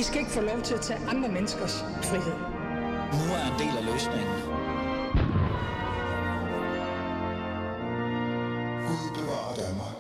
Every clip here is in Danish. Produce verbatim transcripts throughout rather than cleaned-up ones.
skal ikke få lov til at tage andre menneskers frihed. Nu er en del af løsningen. Gud bevarer Danmark.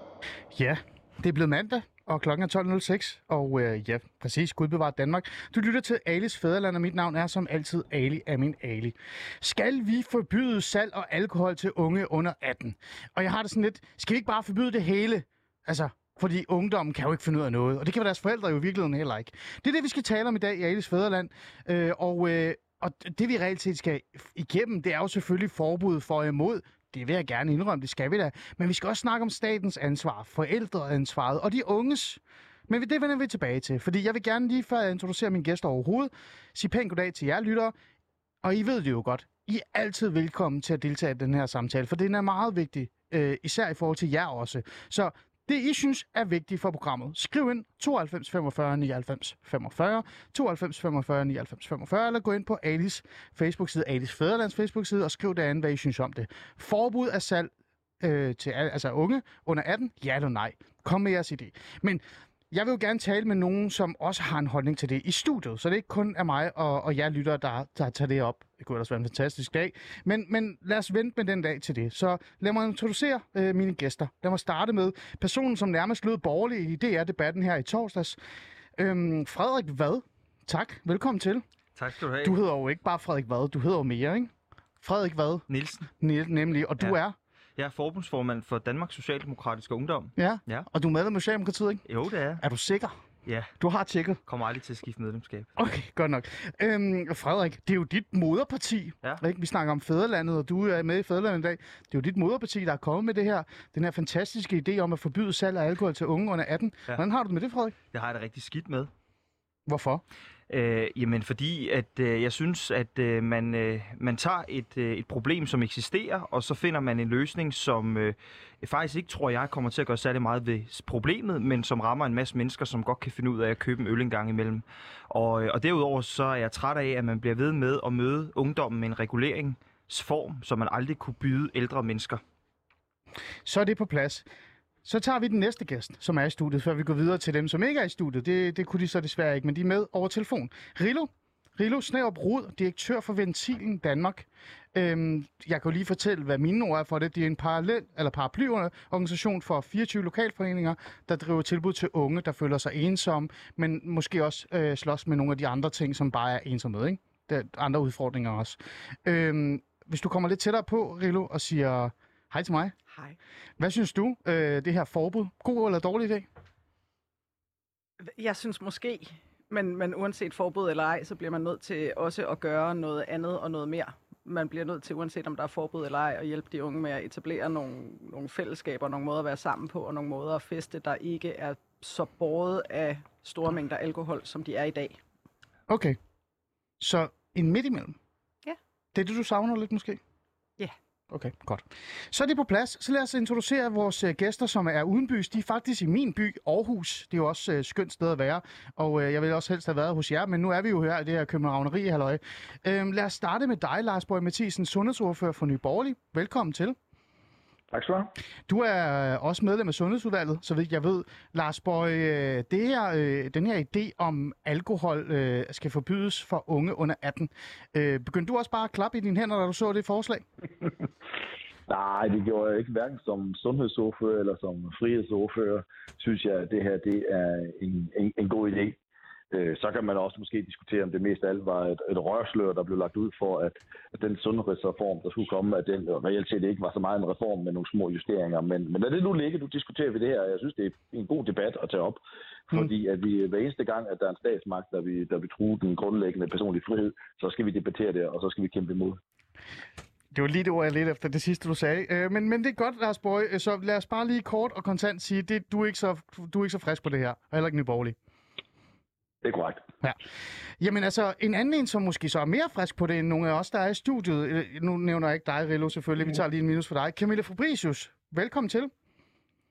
Ja, det er blevet mandag, og klokken er tolv nul seks, og øh, ja, præcis, Gud bevarer Danmark. Du lytter til Alis Fædreland, og mit navn er som altid Ali Amin Ali. Skal vi forbyde salg og alkohol til unge under atten? Og jeg har det sådan lidt, skal vi ikke bare forbyde det hele? Altså, fordi ungdommen kan jo ikke finde ud af noget, og det kan være deres forældre jo i virkeligheden heller ikke. Det er det, vi skal tale om i dag i Alis Fædreland, øh, og, øh, og det vi reelt set skal igennem, det er jo selvfølgelig forbud for og imod. Det vil jeg gerne indrømme, det skal vi da. Men vi skal også snakke om statens ansvar, forældreansvaret og de unges. Men det vender vi tilbage til, fordi jeg vil gerne lige før jeg introducerer mine gæster overhovedet, sige pænt goddag til jer lyttere. Og I ved det jo godt, I er altid velkommen til at deltage i den her samtale, for den er meget vigtig, øh, især i forhold til jer også. Så det, I synes er vigtigt for programmet, skriv ind tooghalvfems femogfyrre nioghalvfems femogfyrre, tooghalvfems femogfyrre nioghalvfems femogfyrre, eller gå ind på Alis Facebook-side, Alis Fædrelands Facebook-side, og skriv derinde, hvad I synes om det. Forbud af salg øh, til altså unge under atten, ja eller nej. Kom med jeres idé. Men jeg vil jo gerne tale med nogen, som også har en holdning til det i studiet, så det ikke kun er mig og, og jer lyttere, der, der tager det op. Det kunne ellers være en fantastisk dag. Men, men lad os vente med den dag til det. Så lad mig introducere øh, mine gæster. Lad mig starte med personen, som nærmest lød borgerlig i D R-debatten her i torsdags. Øhm, Frederik Vad. Tak. Velkommen til. Tak skal du have. Du hedder jo ikke bare Frederik Vad, du hedder jo mere, ikke? Frederik Vad. Nielsen. Niel, nemlig. Og du ja. er? Jeg er forbundsformand for Danmarks Socialdemokratiske Ungdom. Ja. ja. Og du er medlem af Socialdemokratiet, ikke? Jo, det er. Er du sikker? Ja. Du har tjekket? Kommer aldrig til at skifte medlemskab. Okay, godt nok. Øhm, Frederik, det er jo dit moderparti. Ja. Ikke? Vi snakker om Fædrelandet, og du er med i Fædrelandet i dag. Det er jo dit moderparti, der er kommet med det her. Den her fantastiske idé om at forbyde salg af alkohol til unge under atten. Ja. Hvordan har du det med det, Frederik? Det har jeg da rigtig skidt med. Hvorfor? Øh, jamen fordi, at øh, jeg synes, at øh, man, øh, man tager et, øh, et problem, som eksisterer, og så finder man en løsning, som øh, faktisk ikke, tror jeg, kommer til at gøre særlig meget ved problemet, men som rammer en masse mennesker, som godt kan finde ud af at købe en øl en gang imellem. Og, øh, og derudover så er jeg træt af, at man bliver ved med at møde ungdommen med en reguleringsform, som man aldrig kunne byde ældre mennesker. Så er det på plads. Så tager vi den næste gæst, som er i studiet, før vi går videre til dem, som ikke er i studiet. Det, det kunne de så desværre ikke, men de er med over telefon. Rilo, Rilo Snærup Rud, direktør for Ventilen Danmark. Øhm, jeg kan jo lige fortælle, hvad mine ord er for det. Det er en parallel, eller paraplyorganisation for fireogtyve lokalforeninger, der driver tilbud til unge, der føler sig ensomme, men måske også øh, slås med nogle af de andre ting, som bare er ensomhed, ikke? Der er andre udfordringer også. Øhm, hvis du kommer lidt tættere på, Rilo, og siger hej til mig. Hej. Hvad synes du, øh, det her forbud? God eller dårlig idé? Jeg synes måske, men, men uanset forbud eller ej, så bliver man nødt til også at gøre noget andet og noget mere. Man bliver nødt til, uanset om der er forbud eller ej, at hjælpe de unge med at etablere nogle, nogle fællesskaber, nogle måder at være sammen på, og nogle måder at feste, der ikke er så båret af store mængder alkohol, som de er i dag. Okay. Så en midt imellem? Ja. Det er det, du savner lidt måske? Ja. Okay, godt. Så er det på plads. Så lad os introducere vores uh, gæster, som er udenbys. De er faktisk i min by, Aarhus. Det er jo også et uh, skønt sted at være, og uh, jeg vil også helst have været hos jer, men nu er vi jo her i det her københavneri, halløj. Uh, lad os starte med dig, Lars Boje Mathiesen, sundhedsordfører for Nye Borgerlige. Velkommen til. Tak skal du have. Du er også medlem af Sundhedsudvalget, så vidt jeg ved. Lars Boje, det her, øh, den her idé om alkohol øh, skal forbydes for unge under atten. Øh, begyndte du også bare at klappe i dine hænder, da du så det forslag? Nej, det gjorde jeg ikke, hverken som sundhedsordfører eller som frihedsordfører. Synes jeg, at det her det er en, en, en god idé. Så kan man også måske diskutere, om det mest af alt var et, et rørslør, der blev lagt ud for, at, at den sundhedsreform, der skulle komme, at den reelt set ikke var så meget en reform med nogle små justeringer. Men, men lad det nu ligge, du diskuterer vi det her. Jeg synes, det er en god debat at tage op. Fordi at vi hver eneste gang, at der er en statsmagt, der vi, der vi truer den grundlæggende personlige frihed, så skal vi debattere det, og så skal vi kæmpe imod. Det var lige det ord, jeg lidt efter det sidste, du sagde. Øh, men, men det er godt, Lars Boje. Så lad os bare lige kort og kontant sige, det, du, er ikke så, du er ikke så frisk på det her, og heller ikke Nye Borgerlige. Det er korrekt. Ja. Jamen altså, en anden en, som måske så er mere frisk på det, end nogle af os, der er i studiet. Nu nævner jeg ikke dig, Rillo, selvfølgelig. Vi tager lige en minus for dig. Camilla Fabricius, velkommen til.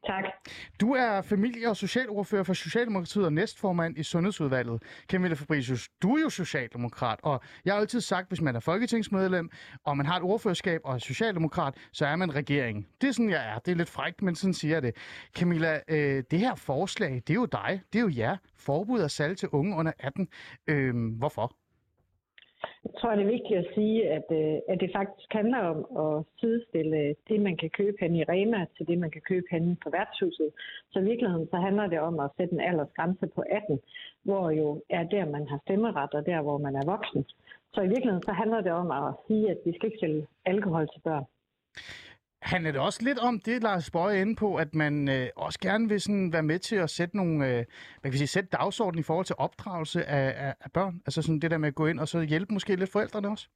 Tak. Du er familie- og socialordfører for Socialdemokratiet og næstformand i Sundhedsudvalget. Camilla Fabricius, du er jo socialdemokrat, og jeg har altid sagt, hvis man er folketingsmedlem, og man har et ordførerskab og er socialdemokrat, så er man regering. Det er sådan, jeg er. Det er lidt frækt, men sådan siger jeg det. Camilla, øh, det her forslag, det er jo dig. Det er jo jer. Forbud af salg til unge under atten. Øh, hvorfor? Jeg tror, det er vigtigt at sige, at, øh, at det faktisk handler om at sidestille det, man kan købe hen i Rema, til det, man kan købe hen på værtshuset. Så i virkeligheden så handler det om at sætte en aldersgrænse på atten, hvor jo er der, man har stemmeret, og der, hvor man er voksen. Så i virkeligheden så handler det om at sige, at vi skal ikke sælge alkohol til børn. Handler det også lidt om det, Lars Boje er inde på, at man øh, også gerne vil sådan være med til at sætte nogle, øh, hvad kan vi sige, sætte dagsorden i forhold til opdragelse af, af, af børn? Altså sådan det der med at gå ind og så hjælpe måske lidt forældrene også?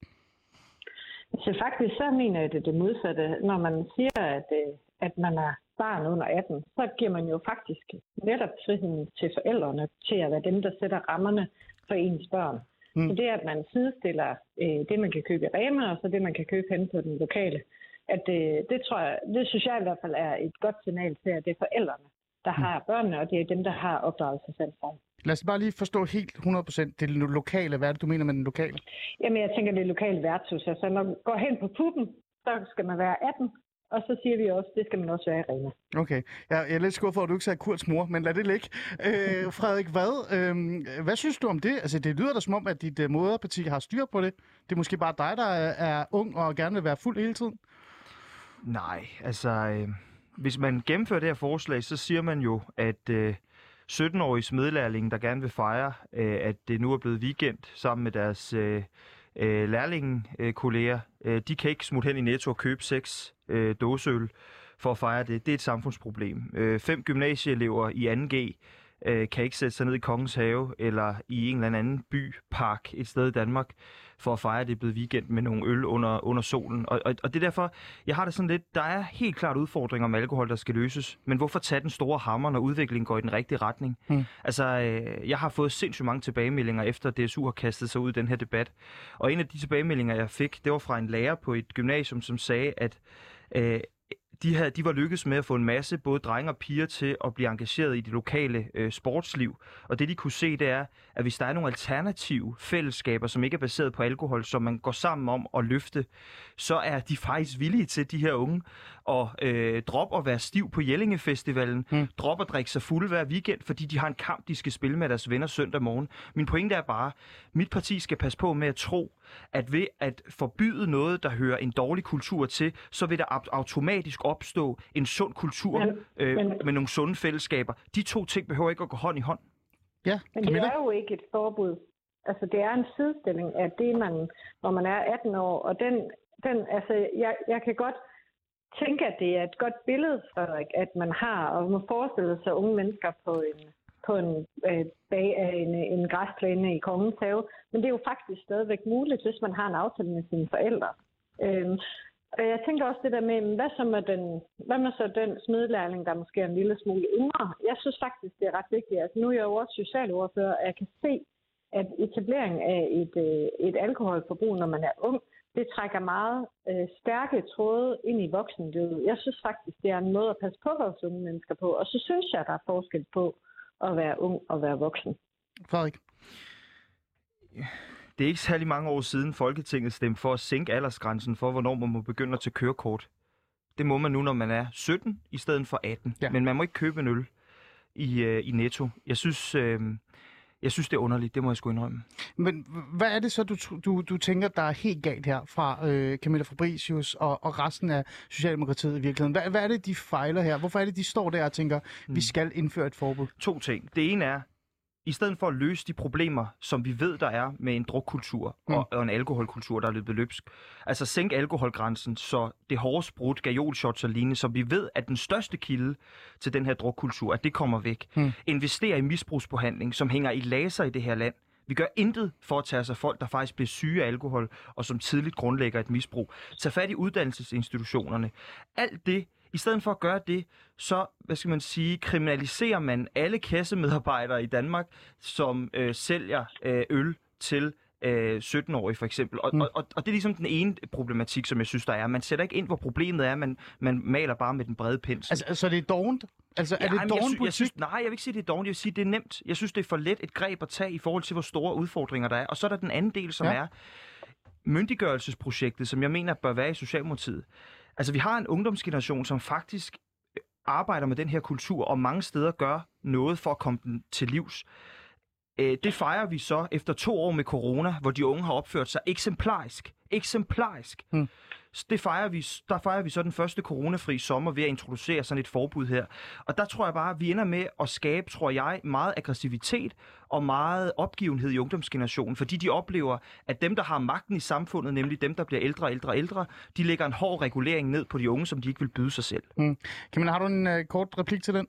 Så faktisk så mener jeg det det modsatte. Når man siger, at, øh, at man er barn under atten, så giver man jo faktisk netop friheden til forældrene til at være dem, der sætter rammerne for ens børn. Mm. Så det er, at man sidestiller øh, det, man kan købe i Rema, og så det, man kan købe hen på den lokale. At det, det tror jeg, det synes jeg i hvert fald er et godt signal til, at det er forældrene, der har børnene, og det er dem, der har opdragelsesansvar. Lad os bare lige forstå helt hundrede procent det lokale. Hvad er det, du mener med den lokale? Jamen, jeg tænker, det er lokale værtshus. Altså, når man går hen på puben, så skal man være atten, og så siger vi også, det skal man også være i Rema. Okay. Jeg, jeg er lidt skuffet for, at du ikke sagde Kurts mor, men lad det ligge. Øh, Frederik, hvad, øh, hvad synes du om det? Altså, det lyder da som om, at dit uh, moderparti har styr på det. Det er måske bare dig, der er, er ung og gerne vil være fuld hele tiden. Nej, altså, øh, hvis man gennemfører det her forslag, så siger man jo, at øh, sytten-årige smedlærlinge, der gerne vil fejre, øh, at det nu er blevet weekend sammen med deres øh, øh, lærlingekolleger, øh, de kan ikke smutte hen i Netto og købe seks øh, dåseøl for at fejre det. Det er et samfundsproblem. Øh, fem gymnasieelever i anden G øh, kan ikke sætte sig ned i Kongens Have eller i en eller anden bypark et sted i Danmark for at fejre, det er blevet weekend med nogle øl under, under solen. Og, og, og det er derfor, jeg har det sådan lidt, der er helt klart udfordringer med alkohol, der skal løses. Men hvorfor tage den store hammer, når udviklingen går i den rigtige retning? Hmm. Altså, øh, jeg har fået sindssygt mange tilbagemeldinger, efter D S U har kastet sig ud i den her debat. Og en af de tilbagemeldinger, jeg fik, det var fra en lærer på et gymnasium, som sagde, at øh, De, havde, de var lykkedes med at få en masse både drenge og piger til at blive engageret i det lokale øh, sportsliv. Og det de kunne se, det er, at hvis der er nogle alternative fællesskaber, som ikke er baseret på alkohol, som man går sammen om at løfte, så er de faktisk villige til, de her unge, at øh, droppe at være stiv på Jellingefestivalen, hmm. droppe at drikke sig fuld hver weekend, fordi de har en kamp, de skal spille med deres venner søndag morgen. Min pointe er bare, mit parti skal passe på med at tro, at ved at forbyde noget, der hører en dårlig kultur til, så vil der automatisk opstå en sund kultur men, øh, men, med nogle sunde fællesskaber. De to ting behøver ikke at gå hånd i hånd. Ja, men det er jo ikke et forbud. Altså, det er en sidestilling af det, man, når man er atten år, og den, den altså, jeg, jeg kan godt tænke, at det er et godt billede, Frederik, at man har, og man forestiller sig unge mennesker på en, på en, øh, bag af en, en græsplæne i Kongens Have, men det er jo faktisk stadigvæk muligt, hvis man har en aftale med sine forældre. Øhm, og jeg tænker også det der med, hvad så med den, hvad med så den smedlærling, der måske er en lille smule yngre? Jeg synes faktisk, det er ret vigtigt. Altså, nu er jeg jo også socialordfører, og jeg kan se, at etablering af et, et alkoholforbrug, når man er ung, det trækker meget øh, stærke tråde ind i voksenlivet. Jeg synes faktisk, det er en måde at passe på vores unge mennesker på, og så synes jeg, der er forskel på at være ung og være voksen. Frederik? Det er ikke særlig mange år siden Folketinget stemte for at sænke aldersgrænsen for, hvornår man må begynde at tage kørekort. Det må man nu, når man er sytten i stedet for atten. Ja. Men man må ikke købe en øl i, øh, i Netto. Jeg synes... Øh, Jeg synes, det er underligt. Det må jeg sgu indrømme. Men hvad er det så, du, du, du tænker, der er helt galt her fra øh, Camilla Fabricius og, og resten af Socialdemokratiet i virkeligheden? Hvad, hvad er det, de fejler her? Hvorfor er det, de står der og tænker, hmm. vi skal indføre et forbud? To ting. Det ene er, i stedet for at løse de problemer, som vi ved, der er med en drukkultur mm. og, og en alkoholkultur, der er løbet løbsk. Altså sænk alkoholgrænsen, så det hårde sprut, gajolshots og lignende, som vi ved er den største kilde til den her drukkultur, at det kommer væk. Mm. Invester i misbrugsbehandling, som hænger i laser i det her land. Vi gør intet for at tage sig folk, der faktisk bliver syge af alkohol, og som tidligt grundlægger et misbrug. Tag fat i uddannelsesinstitutionerne. Alt det. I stedet for at gøre det, så, hvad skal man sige, kriminaliserer man alle kassemedarbejdere i Danmark, som øh, sælger øh, øl til øh, sytten-årige for eksempel. Og, mm. og, og, og det er ligesom den ene problematik, som jeg synes, der er. Man sætter ikke ind, hvor problemet er, man, man maler bare med den brede pensel. Altså, så det er dovent? Altså, ja, er det doven jeg, sy- jeg synes, nej, jeg vil ikke sige, det er dovent. Jeg vil sige, det er nemt. Jeg synes, det er for let et greb at tage i forhold til, hvor store udfordringer der er. Og så er der den anden del, som ja. er myndiggørelsesprojektet, som jeg mener bør være i Socialdemokratiet. Altså, vi har en ungdomsgeneration, som faktisk arbejder med den her kultur, og mange steder gør noget for at komme den til livs. Det fejrer vi så efter to år med corona, hvor de unge har opført sig eksemplarisk. Eksemplarisk. Hmm. Det fejrer vi, der fejrer vi så den første coronafri sommer ved at introducere sådan et forbud her. Og der tror jeg bare, at vi ender med at skabe, tror jeg, meget aggressivitet og meget opgivenhed i ungdomsgenerationen, fordi de oplever, at dem, der har magten i samfundet, nemlig dem, der bliver ældre og ældre og ældre, de lægger en hård regulering ned på de unge, som de ikke vil byde sig selv. Hmm. Camilla, har du en uh, kort replik til den?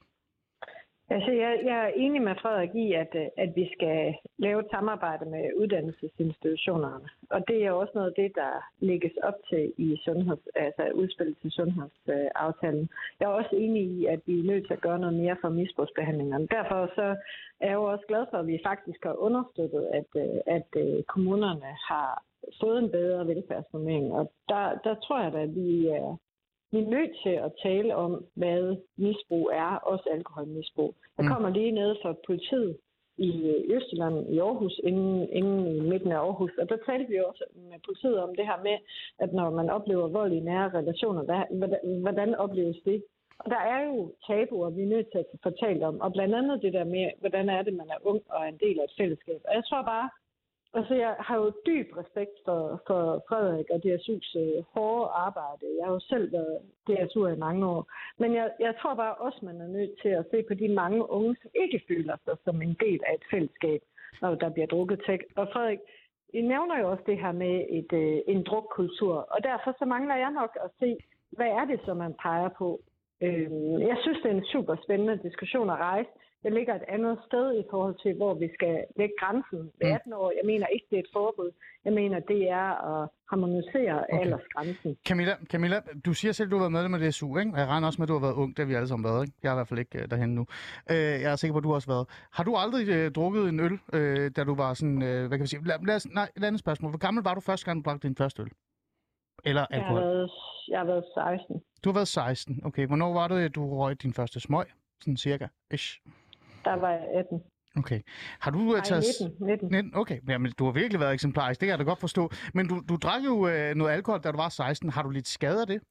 Altså, jeg, jeg er enig med Frederik i, at, at vi skal lave et samarbejde med uddannelsesinstitutionerne. Og det er også noget af det, der lægges op til i sundheds, altså udspillet til sundhedsaftalen. Jeg er også enig i, at vi er nødt til at gøre noget mere for misbrugsbehandlingerne. Derfor så er jeg jo også glad for, at vi faktisk har understøttet, at, at kommunerne har fået en bedre velfærdsnormering. Og der, der tror jeg da, at vi er... Vi er nødt til at tale om, hvad misbrug er, også alkoholmisbrug. Jeg kommer lige ned fra politiet i Østjylland i Aarhus, inden, inden i midten af Aarhus, og der talte vi også med politiet om det her med, at når man oplever vold i nære relationer, hvordan, hvordan opleves det? Og der er jo tabuer, vi er nødt til at få talt om, og blandt andet det der med, hvordan er det, man er ung og en del af et fællesskab. Og jeg tror bare, altså, jeg har jo dyb respekt for, for Frederik og D S U's øh, hårde arbejde. Jeg har jo selv været D S U'er i mange år. Men jeg, jeg tror bare også, man er nødt til at se på de mange unge, som ikke føler sig som en del af et fællesskab, når der bliver drukket tæt. Og Frederik, I nævner jo også det her med et, øh, en drukkultur. Og derfor så mangler jeg nok at se, hvad er det, som man peger på. Øh, jeg synes, det er en super spændende diskussion at rejse. Det ligger et andet sted i forhold til, hvor vi skal lægge grænsen ved atten år. Jeg mener ikke, det er et forbud. Jeg mener, det er at harmonisere okay. aldersgrænsen. Camilla, Camilla, du siger selv, at du har været medlem af D S U, ikke? Og jeg regner også med, at du har været ung. Det har vi alle sammen været, ikke? Jeg er i hvert fald ikke uh, derhen nu. Uh, jeg er sikker på, at du også har været. Har du aldrig uh, drukket en øl, uh, da du var sådan, uh, hvad kan vi sige? Lad, lad os, nej, et andet spørgsmål. Hvor gammel var du første gang, du drak din første øl? Eller alkohol? Jeg har været, jeg har været seksten. Du har været seksten. Okay, hvornår var det, du røg din første smøg? Sådan cirka, ish. Der var jeg atten. Okay. Har du Nej, taget... nitten. nitten. nitten. Okay, jamen, du har virkelig været eksemplarisk, det kan jeg da godt forstå. Men du, du drak jo øh, noget alkohol, da du var seksten. Har du lidt skade af det?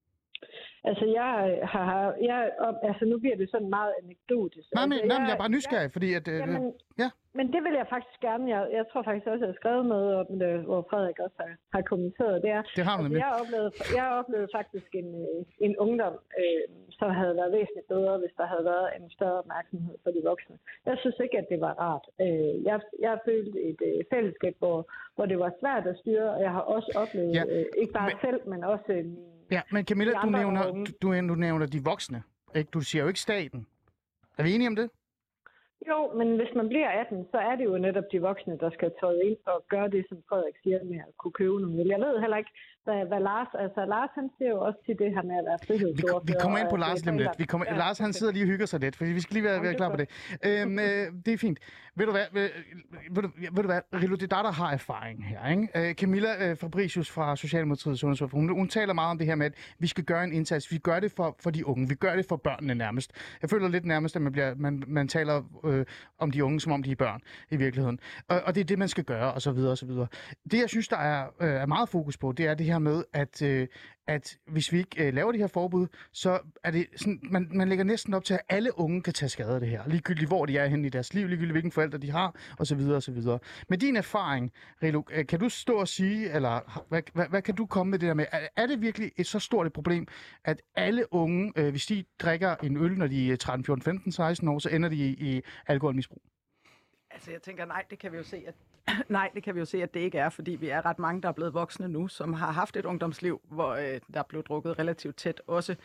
Altså, jeg har... Jeg, altså, nu bliver det sådan meget anekdotisk. Nej, men, altså, nej, jeg, men jeg er bare nysgerrig, jeg, fordi at... Øh, jamen, ja. Men det vil jeg faktisk gerne. Jeg, jeg tror faktisk også, at jeg har skrevet noget om det, hvor Frederik også har, har kommenteret det. Er, det har du altså, nemlig. jeg, oplevede, jeg oplevede faktisk en, en ungdom, øh, som havde været væsentligt bedre, hvis der havde været en større opmærksomhed for de voksne. Jeg synes ikke, at det var rart. Øh, jeg, jeg følte et øh, fællesskab, hvor, hvor det var svært at styre, og jeg har også oplevet, ja, øh, ikke bare men, selv, men også øh, min, ja, men Camilla, du nævner, du, du nævner de voksne. Ikke? Du siger jo ikke staten. Er vi enige om det? Jo, men hvis man bliver atten, så er det jo netop de voksne, der skal træde ind og gøre det, som Frederik siger, med at kunne købe nogle øl. Jeg ved heller ikke, hvad, hvad Lars... Altså, Lars, han siger jo også til det her med at være frihedsordfører. Vi, vi kommer ind på Lars lige lidt. Vi kommer, ja, Lars, han sidder lige og hygger sig lidt, fordi vi skal lige være, være klar på det. Øhm, øh, det er fint. Ved du hvad, ved, ved, du, ved du hvad, Rilo, det er dig, der har erfaring her, ikke? Øh, Camilla øh, Fabricius fra Socialdemokratiets Sundhedsordfører, hun, hun taler meget om det her med, at vi skal gøre en indsats. Vi gør det for, for de unge. Vi gør det for børnene nærmest. Jeg føler lidt nærmest, at man, bliver, man, man taler øh, om de unge, som om de er børn i virkeligheden. Og, og det er det, man skal gøre, og så videre, og så videre. Det, jeg synes, der er, øh, er meget fokus på, det er det her med, at, øh, at hvis vi ikke øh, laver det her forbud, så er det sådan, man, man lægger næsten op til, at alle unge kan tage skade af det her. Ligegyldigt, hvor de er henne i deres liv, ligegyldigt, hvilken forældre de har, og så videre, og så videre. Med din erfaring, Rilo, øh, kan du stå og sige, eller hvad, hvad, hvad kan du komme med det der med? Er, er det virkelig et så stort et problem, at alle unge, øh, hvis de drikker en øl, når de er tretten, fjorten, femten, seksten år, så ender de i, i alkoholmisbrug? Altså, jeg tænker, nej, det kan vi jo se, at nej, det kan vi jo se, at det ikke er, fordi vi er ret mange, der er blevet voksne nu, som har haft et ungdomsliv, hvor øh, der er blevet drukket relativt tæt også.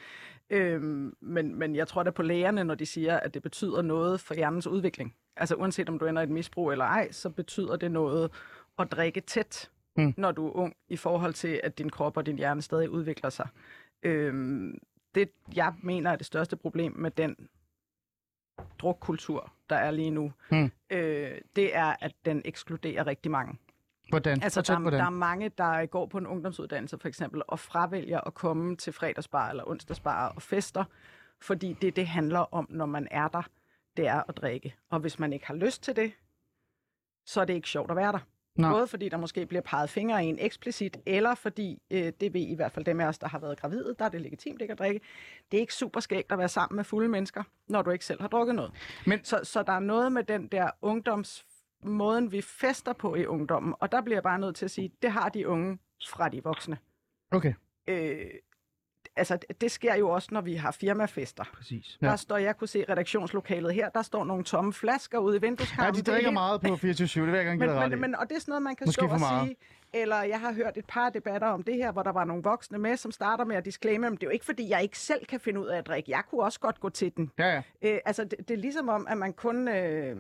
Øhm, men, men jeg tror da på lægerne, når de siger, at det betyder noget for hjernens udvikling. Altså, uanset om du ender i et misbrug eller ej, så betyder det noget at drikke tæt, mm. når du er ung, i forhold til, at din krop og din hjerne stadig udvikler sig. Øhm, det, jeg mener, er det største problem med den drukkultur, der er lige nu, hmm. øh, det er, at den ekskluderer rigtig mange. Hvordan? Altså, Fortæl, der, hvordan? der er mange, der går på en ungdomsuddannelse for eksempel, og fravælger at komme til fredagsbar eller onsdagsbar og fester, fordi det, det handler om, når man er der, det er at drikke. Og hvis man ikke har lyst til det, så er det ikke sjovt at være der. Nå. Både fordi der måske bliver peget fingre i en eksplicit, eller fordi, øh, det ved i hvert fald dem af os, der har været gravide, der er det legitimt ikke at drikke. Det er ikke super skægt at være sammen med fulde mennesker, når du ikke selv har drukket noget. Men... Så, så der er noget med den der ungdoms måden, vi fester på i ungdommen, og der bliver jeg bare nødt til at sige, det har de unge fra de voksne. Okay. Øh, altså, det sker jo også, når vi har firmafester. Præcis. Der Ja. står, jeg kunne se redaktionslokalet her, der står nogle tomme flasker ude i vindueskarmen. Ja, de drikker meget på fireogtyve syv, det vil jeg gerne give dig men, ret i. men, men, og det er sådan noget, man kan Måske stå for og meget. sige, eller jeg har hørt et par debatter om det her, hvor der var nogle voksne med, som starter med at disclaimer, men det er jo ikke, fordi jeg ikke selv kan finde ud af at drikke. Jeg kunne også godt gå til den. Ja, ja. Øh, altså, det, det er ligesom om, at man kun... Øh,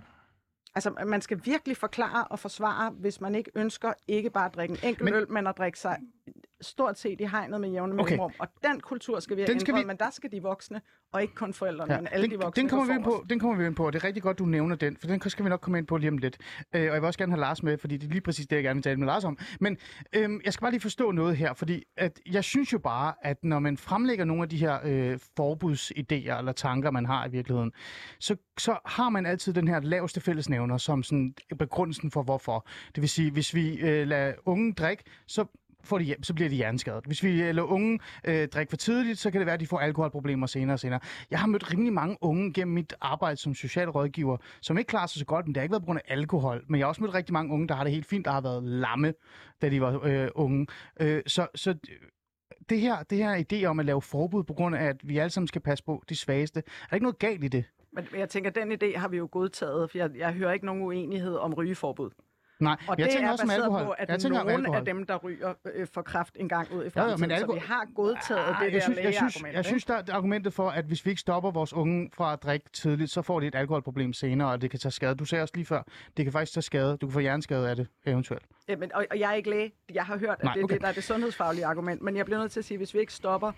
Altså, man skal virkelig forklare og forsvare, hvis man ikke ønsker ikke bare at drikke en enkelt Men- øl, men at drikke sig stort set i hegnet med jævne Okay. mellemrum. Og den kultur skal vi have Den skal ændret, vi- men der skal de voksne, og ikke kun forældrene, Ja, men alle den, de voksne den kommer vi gå ind på, forrest. den kommer vi ind på, og det er rigtig godt, du nævner den, for den skal vi nok komme ind på lige om lidt. Øh, og jeg vil også gerne have Lars med, fordi det er lige præcis det, jeg gerne vil tale med Lars om. Men øhm, jeg skal bare lige forstå noget her, fordi at jeg synes jo bare, at når man fremlægger nogle af de her øh, forbudsidéer eller tanker, man har i virkeligheden, så, så har man altid den her laveste fællesnævner som sådan begrundelsen for hvorfor. Det vil sige, hvis vi øh, lader unge drikke, så får de, så bliver de hjerneskadet. Hvis vi lader unge øh, drikke for tidligt, så kan det være, at de får alkoholproblemer senere og senere. Jeg har mødt rimelig mange unge gennem mit arbejde som socialrådgiver, som ikke klarer sig så godt, men det har ikke været på grund af alkohol. Men jeg har også mødt rigtig mange unge, der har det helt fint, der har været lamme, da de var øh, unge. Øh, så så det her, det her idé om at lave forbud på grund af, at vi alle sammen skal passe på de svageste, er der ikke noget galt i det? Men jeg tænker, den idé har vi jo godtaget, for jeg, jeg hører ikke nogen uenighed om rygeforbud. Nej, Og jeg det tænker er også om baseret alkohol. på, at jeg tænker om nogle alkohol. af dem, der ryger, øh, får kræft en gang ud i jo, fremtiden. men alko- Så vi har godtaget Ah, det jeg der synes, jeg synes, lægeargument. jeg synes, der er argumentet for, at hvis vi ikke stopper vores unge fra at drikke tidligt, så får de et alkoholproblem senere, og det kan tage skade. Du sagde også lige før, det kan faktisk tage skade. Du kan få hjerneskade af det, eventuelt. Ja, men, og, og jeg er ikke læge. Jeg har hørt, at Nej, det er okay. det, der er det sundhedsfaglige argument. Men jeg bliver nødt til at sige, at hvis vi ikke stopper,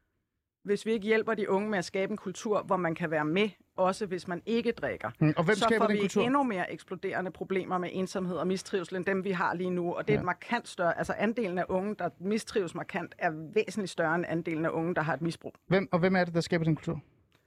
hvis vi ikke hjælper de unge med at skabe en kultur, hvor man kan være med, også hvis man ikke drikker, Mm, og hvem så skaber får den vi kultur? endnu mere eksploderende problemer med ensomhed og mistrivsel, end dem vi har lige nu. Og det er Ja. et markant større, altså andelen af unge, der mistrives markant, er væsentligt større end andelen af unge, der har et misbrug. Hvem, og hvem er det, der skaber den kultur?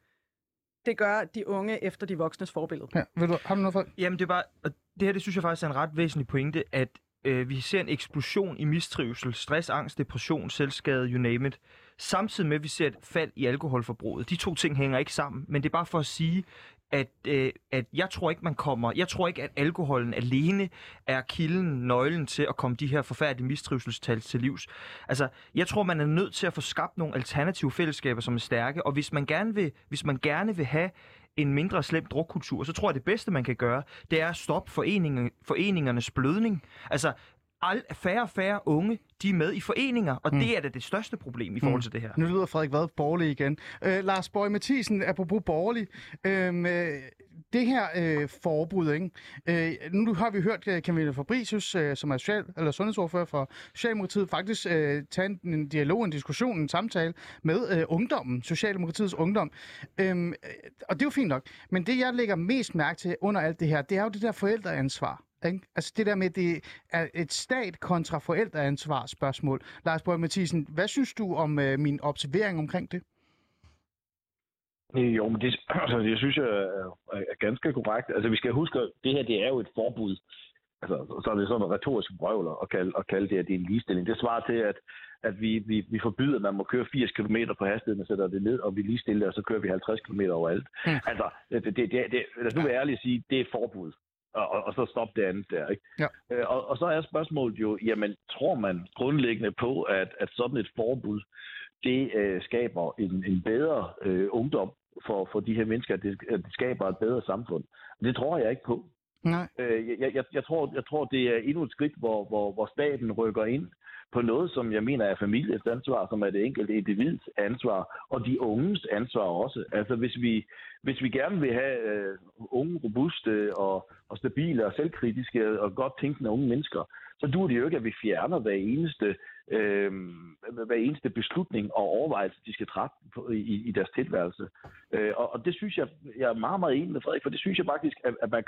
Det gør de unge efter de voksnes forbillede. Ja, vil du, har du noget for? Jamen, det er bare, og det her, det synes jeg faktisk er en ret væsentlig pointe, at øh, vi ser en eksplosion i mistrivsel, stress, angst, depression, selvskade, you name it, samtidig med, at vi ser et fald i alkoholforbruget. De to ting hænger ikke sammen, men det er bare for at sige, at, øh, at jeg tror ikke, man kommer, jeg tror ikke, at alkoholen alene er kilden, nøglen til at komme de her forfærdelige mistrivselstal til livs. Altså, jeg tror, man er nødt til at få skabt nogle alternative fællesskaber, som er stærke, og hvis man gerne vil, hvis man gerne vil have en mindre slem drukkultur, så tror jeg, det bedste, man kan gøre, det er at stoppe foreningen, foreningernes blødning. Altså, al, færre og færre unge, de er med i foreninger, og mm. det er da det største problem i forhold Mm. til det her. Nu lyder Frederik Vad borgerlig igen. Øh, Lars Boje Mathiesen, apropos borgerlig. Øh, øh, det her øh, forbud, ikke? Øh, nu har vi hørt uh, Camilla Fabricius, øh, som er social, eller sundhedsordfører for Socialdemokratiet, faktisk øh, tage en, en dialog, en diskussion, en samtale med øh, ungdommen, Socialdemokratiets ungdom. Øh, og det er jo fint nok. Men det, jeg lægger mest mærke til under alt det her, det er jo det der forældreansvar. Ikke? Altså det der med, det er et stat kontra forældreansvar spørgsmål. Lars Boje Mathiesen, hvad synes du om øh, min observering omkring det? Jo, men det, altså, det synes jeg er, er ganske korrekt. Altså, vi skal huske, at det her, det er jo et forbud. Altså, så er det sådan noget retorisk brøvler at kalde, at kalde det, at det er en ligestilling. Det svarer til, at, at vi, vi, vi forbyder, at man må køre firs kilometer på hastigheden, og sætter det ned, og vi ligestiller, og så kører vi halvtreds kilometer overalt. Mm. Altså, det, det, det, det, lad os nu være ærlig at sige, det er et forbud. Og, og, og så stop det andet der, ikke? Ja. Øh, og, og så er spørgsmålet jo, jamen, tror man grundlæggende på, at, at sådan et forbud, det øh, skaber en, en bedre øh, ungdom for, for de her mennesker, at det, at det skaber et bedre samfund? Det tror jeg ikke på. Nej. Øh, jeg, jeg, jeg, tror, jeg tror, det er endnu et skridt, hvor, hvor, hvor staten rykker ind på noget, som jeg mener er familiens ansvar, som er det enkelte individs ansvar, og de unges ansvar også. Altså hvis vi, hvis vi gerne vil have øh, unge, robuste og, og stabile og selvkritiske og godt tænkende unge mennesker, så duer det jo ikke, at vi fjerner hver eneste, øh, hver eneste beslutning og overvejelse, de skal træffe i, i deres tilværelse. Øh, og, og det synes jeg, jeg er meget, meget enig med Frederik, for det synes jeg faktisk, at, at man gør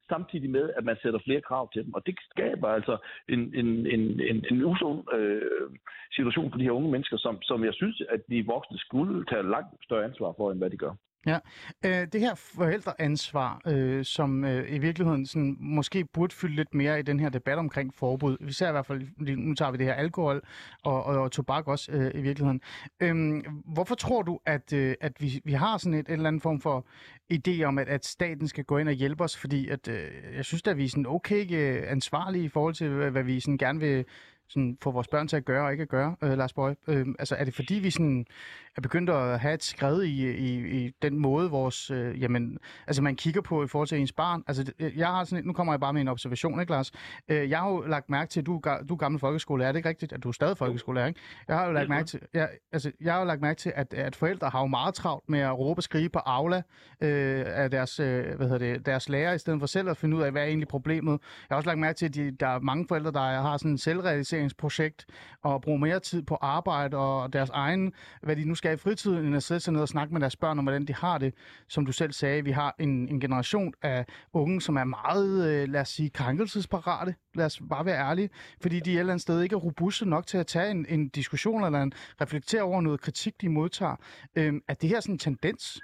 samtidig med, at man sætter flere krav til dem. Og det skaber altså en, en, en, en, en usund øh, situation for de her unge mennesker, som, som jeg synes, at de voksne skulle tage langt større ansvar for, end hvad de gør. Ja, øh, det her forældreansvar, øh, som øh, i virkeligheden sådan, måske burde fylde lidt mere i den her debat omkring forbud. Vi ser i hvert fald, nu tager vi det her alkohol og, og, og tobak også øh, i virkeligheden. Øh, hvorfor tror du, at, øh, at vi, vi har sådan et, et eller andet form for idé om, at, at staten skal gå ind og hjælpe os? Fordi at, øh, jeg synes, at vi er sådan okay øh, ansvarlige i forhold til, hvad, hvad vi sådan gerne vil sådan få vores børn til at gøre og ikke at gøre, øh, Lars Boje. Øh, altså er det fordi, vi sådan er begyndt at have et skred i, i, i den måde, vores, øh, jamen, altså man kigger på i forhold til ens barn? Altså jeg har sådan, nu kommer jeg bare med en observation, ikke Lars? Øh, jeg har jo lagt mærke til, at du, du er gammel folkeskolelærer, er det ikke rigtigt, at du er stadig folkeskolelærer, ikke? Jeg har jo lagt mærke til, jeg, altså, jeg har jo lagt mærke til, at, at forældre har jo meget travlt med at råbe og skrige på Aula øh, af deres, øh, hvad hedder det, deres lærer, i stedet for selv at finde ud af, hvad er egentlig problemet. Jeg har også lagt mærke til, at de, der er mange forældre, der har sådan en selvrealiseringsprojekt og bruger mere tid på arbejde og deres egen, hvad de nu skal i fritiden, end at sætte sig ned og snakke med deres børn om, hvordan de har det. Som du selv sagde, vi har en, en generation af unge, som er meget, øh, lad os sige, krænkelsesparate. Lad os bare være ærlige, fordi de et eller andet sted ikke er robuste nok til at tage en, en diskussion eller en reflektere over noget kritik, de modtager. Øhm, er det her sådan en tendens?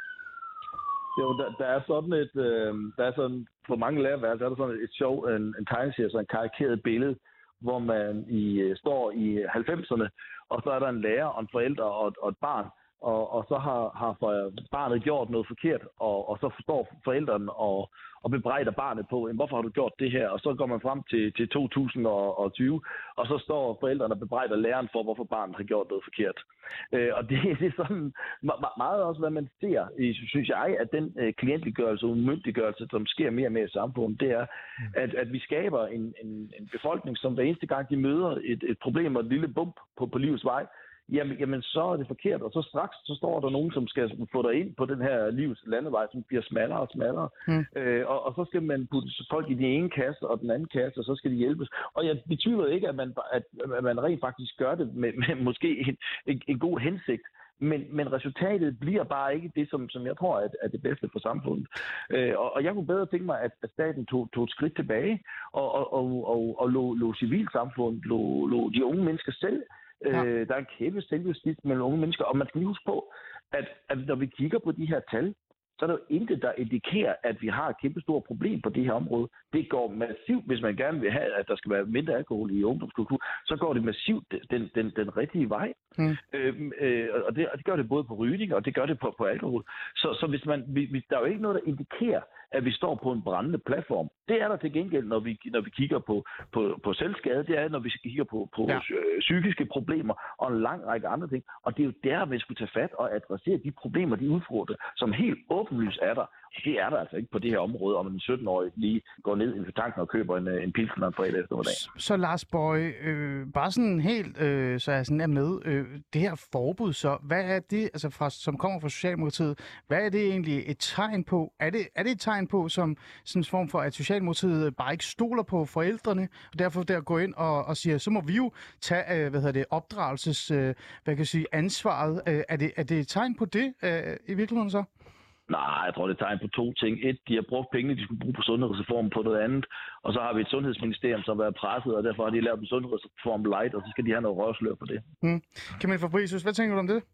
Jo, der, der er sådan et, øh, der er sådan, for mange lærerværelser, er der sådan et sjov, en, en tegneserie, sådan en karikeret billede, hvor man i, står i halvfemserne, og så er der en lærer og en forælder og, og et barn, og, og så har, har barnet gjort noget forkert, og, og så forstår forældrene og, og bebrejder barnet på, hvorfor har du gjort det her? Og så går man frem til, til to tusind og tyve, og så står forældrene og bebrejder læreren for, hvorfor barnet har gjort noget forkert. Øh, og det, det er sådan meget også, hvad man ser, synes jeg, at den øh, klientliggørelse og umyndiggørelse, som sker mere og mere i samfundet, det er, at, at vi skaber en, en, en befolkning, som hver eneste gang de møder et, et problem og et lille bump på, på livets vej, Jamen, jamen, så er det forkert, og så straks så står der nogen, som skal få dig ind på den her livs landevej, som bliver smallere og smallere. Mm. Øh, og, og så skal man putte folk i den ene kasse og den anden kasse, og så skal de hjælpes. Og jeg betvivler ikke, at man, at, at man rent faktisk gør det med, med måske en, en, en god hensigt. Men, men resultatet bliver bare ikke det, som, som jeg tror er, er det bedste for samfundet. Øh, og, og jeg kunne bedre tænke mig, at, at staten tog, tog et skridt tilbage og, og, og, og, og lå, lå civilsamfund, lå, lå de unge mennesker selv. Ja. Øh, der er en kæmpe selvjustits mellem unge mennesker, og man skal lige huske på, at, at når vi kigger på de her tal, så er der jo intet, der indikerer, at vi har et kæmpe stort problem på det her område. Det går massivt, hvis man gerne vil have, at der skal være mindre alkohol i ungdomskultur, så går det massivt den, den, den rigtige vej. Mm. Øh, øh, og, det, og det gør det både på rygning, og det gør det på, på alkohol. Så, så hvis man, vi, der er jo ikke noget, der indikerer, at vi står på en brændende platform. Det er der til gengæld, når vi, når vi kigger på, på, på selvskade. Det er, når vi kigger på, på ja. psykiske problemer og en lang række andre ting. Og det er jo der, vi skulle tage fat og adressere de problemer, de udfordringer, som helt åbenlyst er der. Det er der altså ikke på det her område, om en sytten-årig lige går ned i tanken og køber en, en pilsner en fredag eftermiddag. Så, så Lars Boje, øh, bare sådan helt, øh, så jeg sådan er med, øh, det her forbud så, hvad er det, altså fra, som kommer fra Socialdemokratiet, hvad er det egentlig et tegn på? Er det, er det et tegn på, som sådan en form for, at Socialdemokratiet bare ikke stoler på forældrene, og derfor der går ind og, og siger, så må vi jo tage, øh, hvad hedder det, opdragelses, øh, hvad kan jeg sige, ansvaret. Øh, er, det, er det et tegn på det øh, i virkeligheden så? Nej, jeg tror, det er tegn på to ting. Et, de har brugt pengene, de skulle bruge på sundhedsreformen på noget andet. Og så har vi et sundhedsministerium, som har været presset, og derfor har de lavet en sundhedsreform light, og så skal de have noget røvslør på det. Mm. Camilla Fabricius, hvad tænker du om det?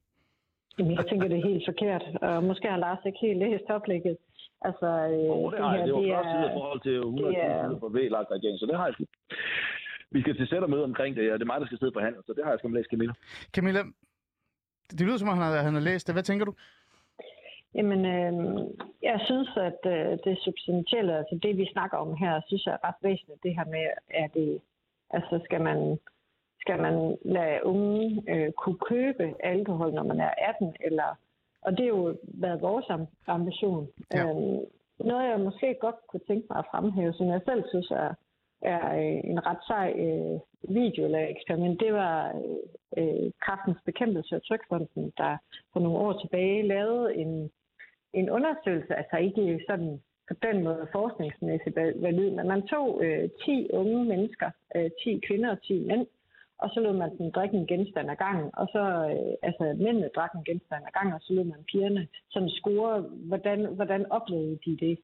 Jeg tænker, det er helt forkert. Og måske har Lars ikke helt læst oplægget. Altså, øh, oh, det, det, her, det var første side i forhold til hundrede tusind for V L A G-regeringen, så det har jeg sgu. Vi skal til sættermøde omkring det, og det er mig, der skal sidde på handel, så det har jeg sgu læst, Camilla. Camilla, det lyder som om, han har, han har læst det. Hvad tænker du? Jamen, øh, jeg synes, at øh, det substantielle, altså det, vi snakker om her, synes jeg er ret væsentligt. Det her med, at det, altså skal man, skal man lade unge øh, kunne købe alkohol, når man er atten, eller, og det har jo været vores ambition. Ja. Øh, noget, jeg måske godt kunne tænke mig at fremhæve, som jeg selv synes er, er en ret sej øh, video eller eksperiment, det var øh, Kræftens Bekæmpelse og Trygfonden, der for nogle år tilbage lavede en en undersøgelse, altså ikke sådan på den måde forskningsmæssigt valid, men man tog øh, ti unge mennesker, øh, ti kvinder og ti mænd, og så lod man dem drikke en genstand ad gangen, og så, øh, altså mændene drak en genstand ad gangen, og så lod man pigerne sådan score, hvordan, hvordan oplevede de det.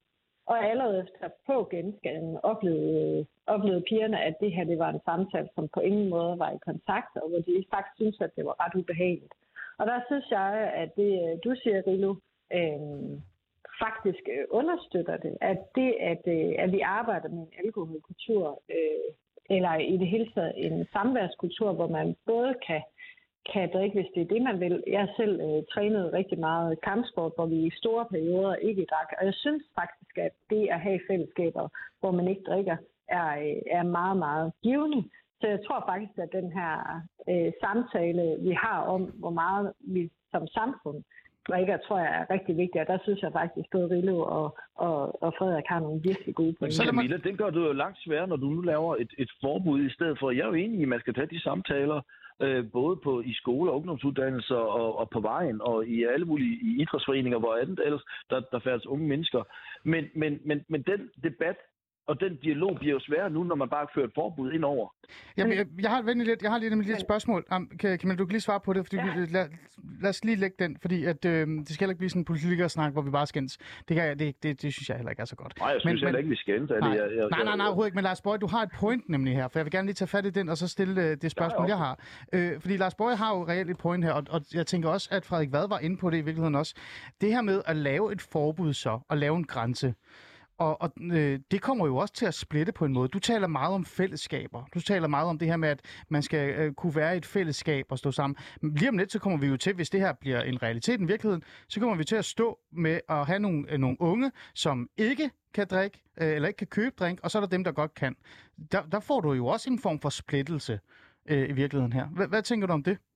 Og allerede efter på genskaden oplevede, oplevede pigerne, at det her det var en samtale, som på ingen måde var i kontakt, og hvor de faktisk syntes, at det var ret ubehageligt. Og der synes jeg, at det, du siger, Rilo, øh, faktisk understøtter det. At det, at, at vi arbejder med en alkoholkultur, øh, eller i det hele taget en samværskultur, hvor man både kan kan drikke, hvis det er det, man vil. Jeg har selv øh, trænet rigtig meget kampsport, hvor vi i store perioder ikke drak. Og jeg synes faktisk, at det at have fællesskaber, hvor man ikke drikker, er, øh, er meget, meget givende. Så jeg tror faktisk, at den her øh, samtale, vi har om, hvor meget vi som samfund drikker, tror jeg er rigtig vigtigt. Og der synes jeg faktisk, at både Rilo og, og, og Frederik har nogle virkelig gode pointer. Så Camilla, det gør du jo langt sværere, når du nu laver et, et forbud i stedet for. Jeg er jo enig i, at man skal tage de samtaler, Øh, både på i skole- og ungdomsuddannelser og, og på vejen og i alle mulige i idrætsforeninger, hvor andet ellers der, der færdes unge mennesker. Men, men, men, men den debat og den dialog bliver jo sværere nu, når man bare fører et forbud ind over. Jamen, jeg, jeg har et lidt, jeg har lige et lille spørgsmål. Um, kan, Camilla, du kan lige svare på det, fordi ja. lad, lad os lige lægge den, fordi at, øh, det skal heller ikke blive sådan en politikersnak, hvor vi bare skændes. Det, kan, det, det, det synes jeg heller ikke er så godt. Nej, jeg synes men, heller ikke, vi skændes. Nej, nej, jeg, jeg, nej, nej, nej, overhovedet ikke. Men Lars Boje, du har et point nemlig her, for jeg vil gerne lige tage fat i den, og så stille øh, det spørgsmål, ja, jeg har. Øh, fordi Lars Boje har jo reelt et point her, og, og jeg tænker også, at Frederik Vad var inde på det i virkeligheden også. Det her med at lave et forbud så, og lave en grænse, Og, og øh, det kommer jo også til at splitte på en måde. Du taler meget om fællesskaber. Du taler meget om det her med, at man skal øh, kunne være i et fællesskab og stå sammen. Lige om lidt, så kommer vi jo til, hvis det her bliver en realitet i virkeligheden, så kommer vi til at stå med at have nogle, øh, nogle unge, som ikke kan drikke, øh, eller ikke kan købe drink, og så er der dem, der godt kan. Der, der får du jo også en form for splittelse øh, i virkeligheden her. H- hvad tænker du om det?